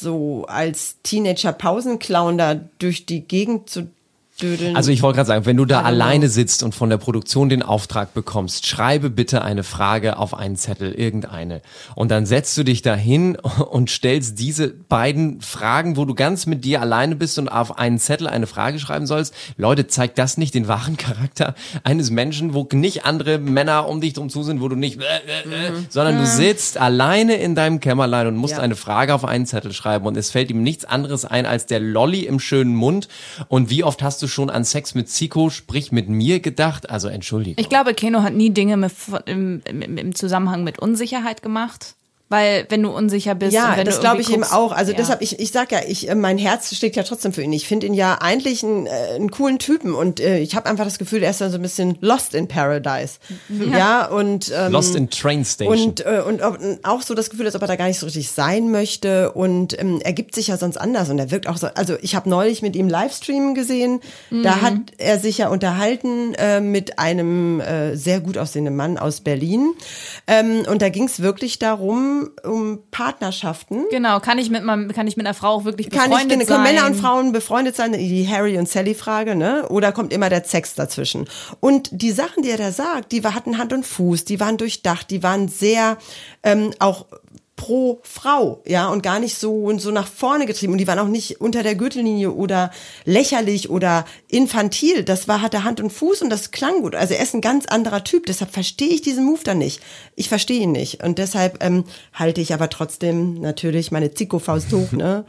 [SPEAKER 5] als Teenager-Pausenclown da durch die Gegend zu dödeln.
[SPEAKER 6] Also ich wollte gerade sagen, wenn du da alleine sitzt und von der Produktion den Auftrag bekommst, schreibe bitte eine Frage auf einen Zettel, irgendeine. Und dann setzt du dich da hin und stellst diese beiden Fragen, wo du ganz mit dir alleine bist und auf einen Zettel eine Frage schreiben sollst. Leute, zeigt das nicht den wahren Charakter eines Menschen, wo nicht andere Männer um dich drum zu sind, wo du nicht, sondern du sitzt alleine in deinem Kämmerlein und musst eine Frage auf einen Zettel schreiben und es fällt ihm nichts anderes ein als der Lolli im schönen Mund. Und wie oft hast du schon an Sex mit Zico, sprich mit mir gedacht? Also Entschuldigung.
[SPEAKER 3] Ich glaube, Keno hat nie Dinge im Zusammenhang mit Unsicherheit gemacht. Weil wenn du unsicher bist,
[SPEAKER 5] ja,
[SPEAKER 3] und wenn
[SPEAKER 5] das glaube ich eben auch. Also deshalb, ich sag ja, mein Herz schlägt ja trotzdem für ihn. Ich finde ihn ja eigentlich einen coolen Typen und ich habe einfach das Gefühl, er ist dann so ein bisschen lost in Paradise. Ja, und
[SPEAKER 6] lost in Train Station.
[SPEAKER 5] Und auch so das Gefühl, als ob er da gar nicht so richtig sein möchte und er gibt sich ja sonst anders und er wirkt auch so. Also ich habe neulich mit ihm Livestreamen gesehen. Da hat er sich ja unterhalten mit einem sehr gut aussehenden Mann aus Berlin und da ging es wirklich darum, um Partnerschaften.
[SPEAKER 3] Genau, kann ich mit einer Frau auch wirklich befreundet sein?
[SPEAKER 5] Können Männer und Frauen befreundet sein? Die Harry und Sally Frage, ne? Oder kommt immer der Sex dazwischen? Und die Sachen, die er da sagt, die hatten Hand und Fuß, die waren durchdacht, die waren sehr auch pro Frau, ja, und gar nicht so nach vorne getrieben und die waren auch nicht unter der Gürtellinie oder lächerlich oder infantil, hatte Hand und Fuß und das klang gut, also er ist ein ganz anderer Typ, deshalb verstehe ich diesen Move dann nicht, ich verstehe ihn nicht und deshalb halte ich aber trotzdem natürlich meine Zico-Faust hoch, ne?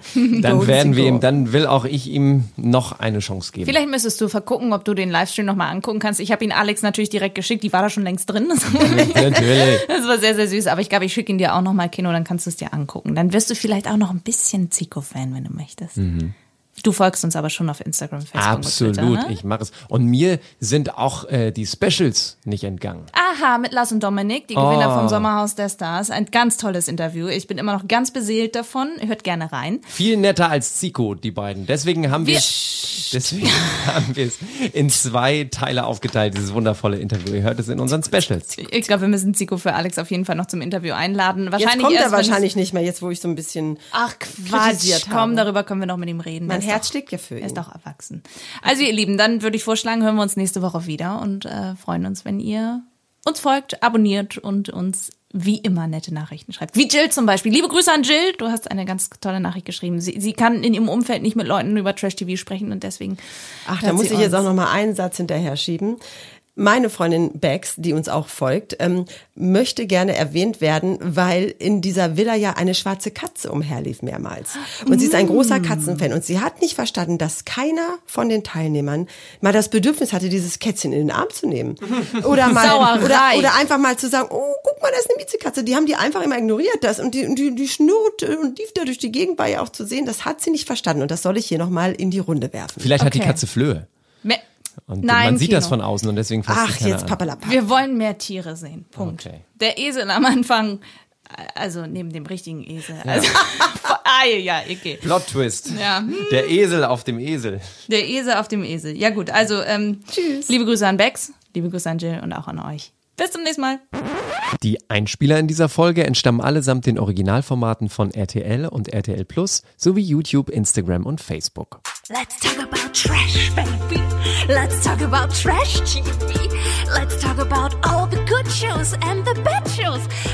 [SPEAKER 6] Dann will auch ich ihm noch eine Chance geben.
[SPEAKER 3] Vielleicht müsstest du vergucken, ob du den Livestream nochmal angucken kannst. Ich habe ihn Alex natürlich direkt geschickt, die war da schon längst drin.
[SPEAKER 6] Natürlich.
[SPEAKER 3] Das war sehr, sehr süß, aber ich glaube, ich schicke ihn dir auch nochmal, Kino, dann kannst du es dir angucken. Dann wirst du vielleicht auch noch ein bisschen Zico-Fan, wenn du möchtest. Du folgst uns aber schon auf Instagram, Facebook
[SPEAKER 6] Absolut,
[SPEAKER 3] und Twitter, ne?
[SPEAKER 6] Ich mache es. Und mir sind auch die Specials nicht entgangen.
[SPEAKER 3] Aha, mit Lars und Dominik, die Gewinner vom Sommerhaus der Stars. Ein ganz tolles Interview. Ich bin immer noch ganz beseelt davon. Hört gerne rein.
[SPEAKER 6] Viel netter als Zico, die beiden. Deswegen haben wir es in 2 Teile aufgeteilt, dieses wundervolle Interview. Ihr hört es in unseren Specials.
[SPEAKER 3] Ich glaube, wir müssen Zico für Alex auf jeden Fall noch zum Interview einladen.
[SPEAKER 5] Jetzt kommt er wahrscheinlich nicht mehr, jetzt wo ich so ein bisschen
[SPEAKER 3] Quatsch, komm, darüber können wir noch mit ihm reden.
[SPEAKER 5] Mein Herz schlägt ja für ihn.
[SPEAKER 3] Er ist auch erwachsen. Also ihr Lieben, dann würde ich vorschlagen, hören wir uns nächste Woche wieder und freuen uns, wenn ihr uns folgt, abonniert und uns wie immer nette Nachrichten schreibt. Wie Jill zum Beispiel. Liebe Grüße an Jill. Du hast eine ganz tolle Nachricht geschrieben. Sie kann in ihrem Umfeld nicht mit Leuten über Trash-TV sprechen und deswegen...
[SPEAKER 5] Ach, da muss ich jetzt auch noch mal einen Satz hinterher schieben. meine Freundin Bex, die uns auch folgt, möchte gerne erwähnt werden, weil in dieser Villa ja eine schwarze Katze umherlief mehrmals. Und sie ist ein großer Katzenfan und sie hat nicht verstanden, dass keiner von den Teilnehmern mal das Bedürfnis hatte, dieses Kätzchen in den Arm zu nehmen. Oder mal oder einfach mal zu sagen, oh, guck mal, da ist eine Miezekatze. Die haben die einfach immer ignoriert, das und die schnurrt und lief da durch die Gegend, war ja auch zu sehen. Das hat sie nicht verstanden und das soll ich hier nochmal in die Runde werfen.
[SPEAKER 6] Vielleicht hat die Katze Flöhe. Und man sieht das von außen und deswegen fasst
[SPEAKER 5] jetzt Papalapap.
[SPEAKER 3] Wir wollen mehr Tiere sehen. Punkt.
[SPEAKER 6] Okay.
[SPEAKER 3] Der Esel am Anfang, also neben dem richtigen Esel.
[SPEAKER 6] Ja.
[SPEAKER 3] Also, okay.
[SPEAKER 6] Plot-Twist.
[SPEAKER 3] Ja.
[SPEAKER 6] Der Esel auf dem Esel.
[SPEAKER 3] Der Esel auf dem Esel. Ja gut, also tschüss. Liebe Grüße an Bex, liebe Grüße an Jill und auch an euch. Bis zum nächsten Mal.
[SPEAKER 6] Die Einspieler in dieser Folge entstammen allesamt den Originalformaten von RTL und RTL Plus sowie YouTube, Instagram und Facebook.
[SPEAKER 2] Let's talk about trash, baby. Let's talk about trash TV. Let's talk about all the good shows and the bad shows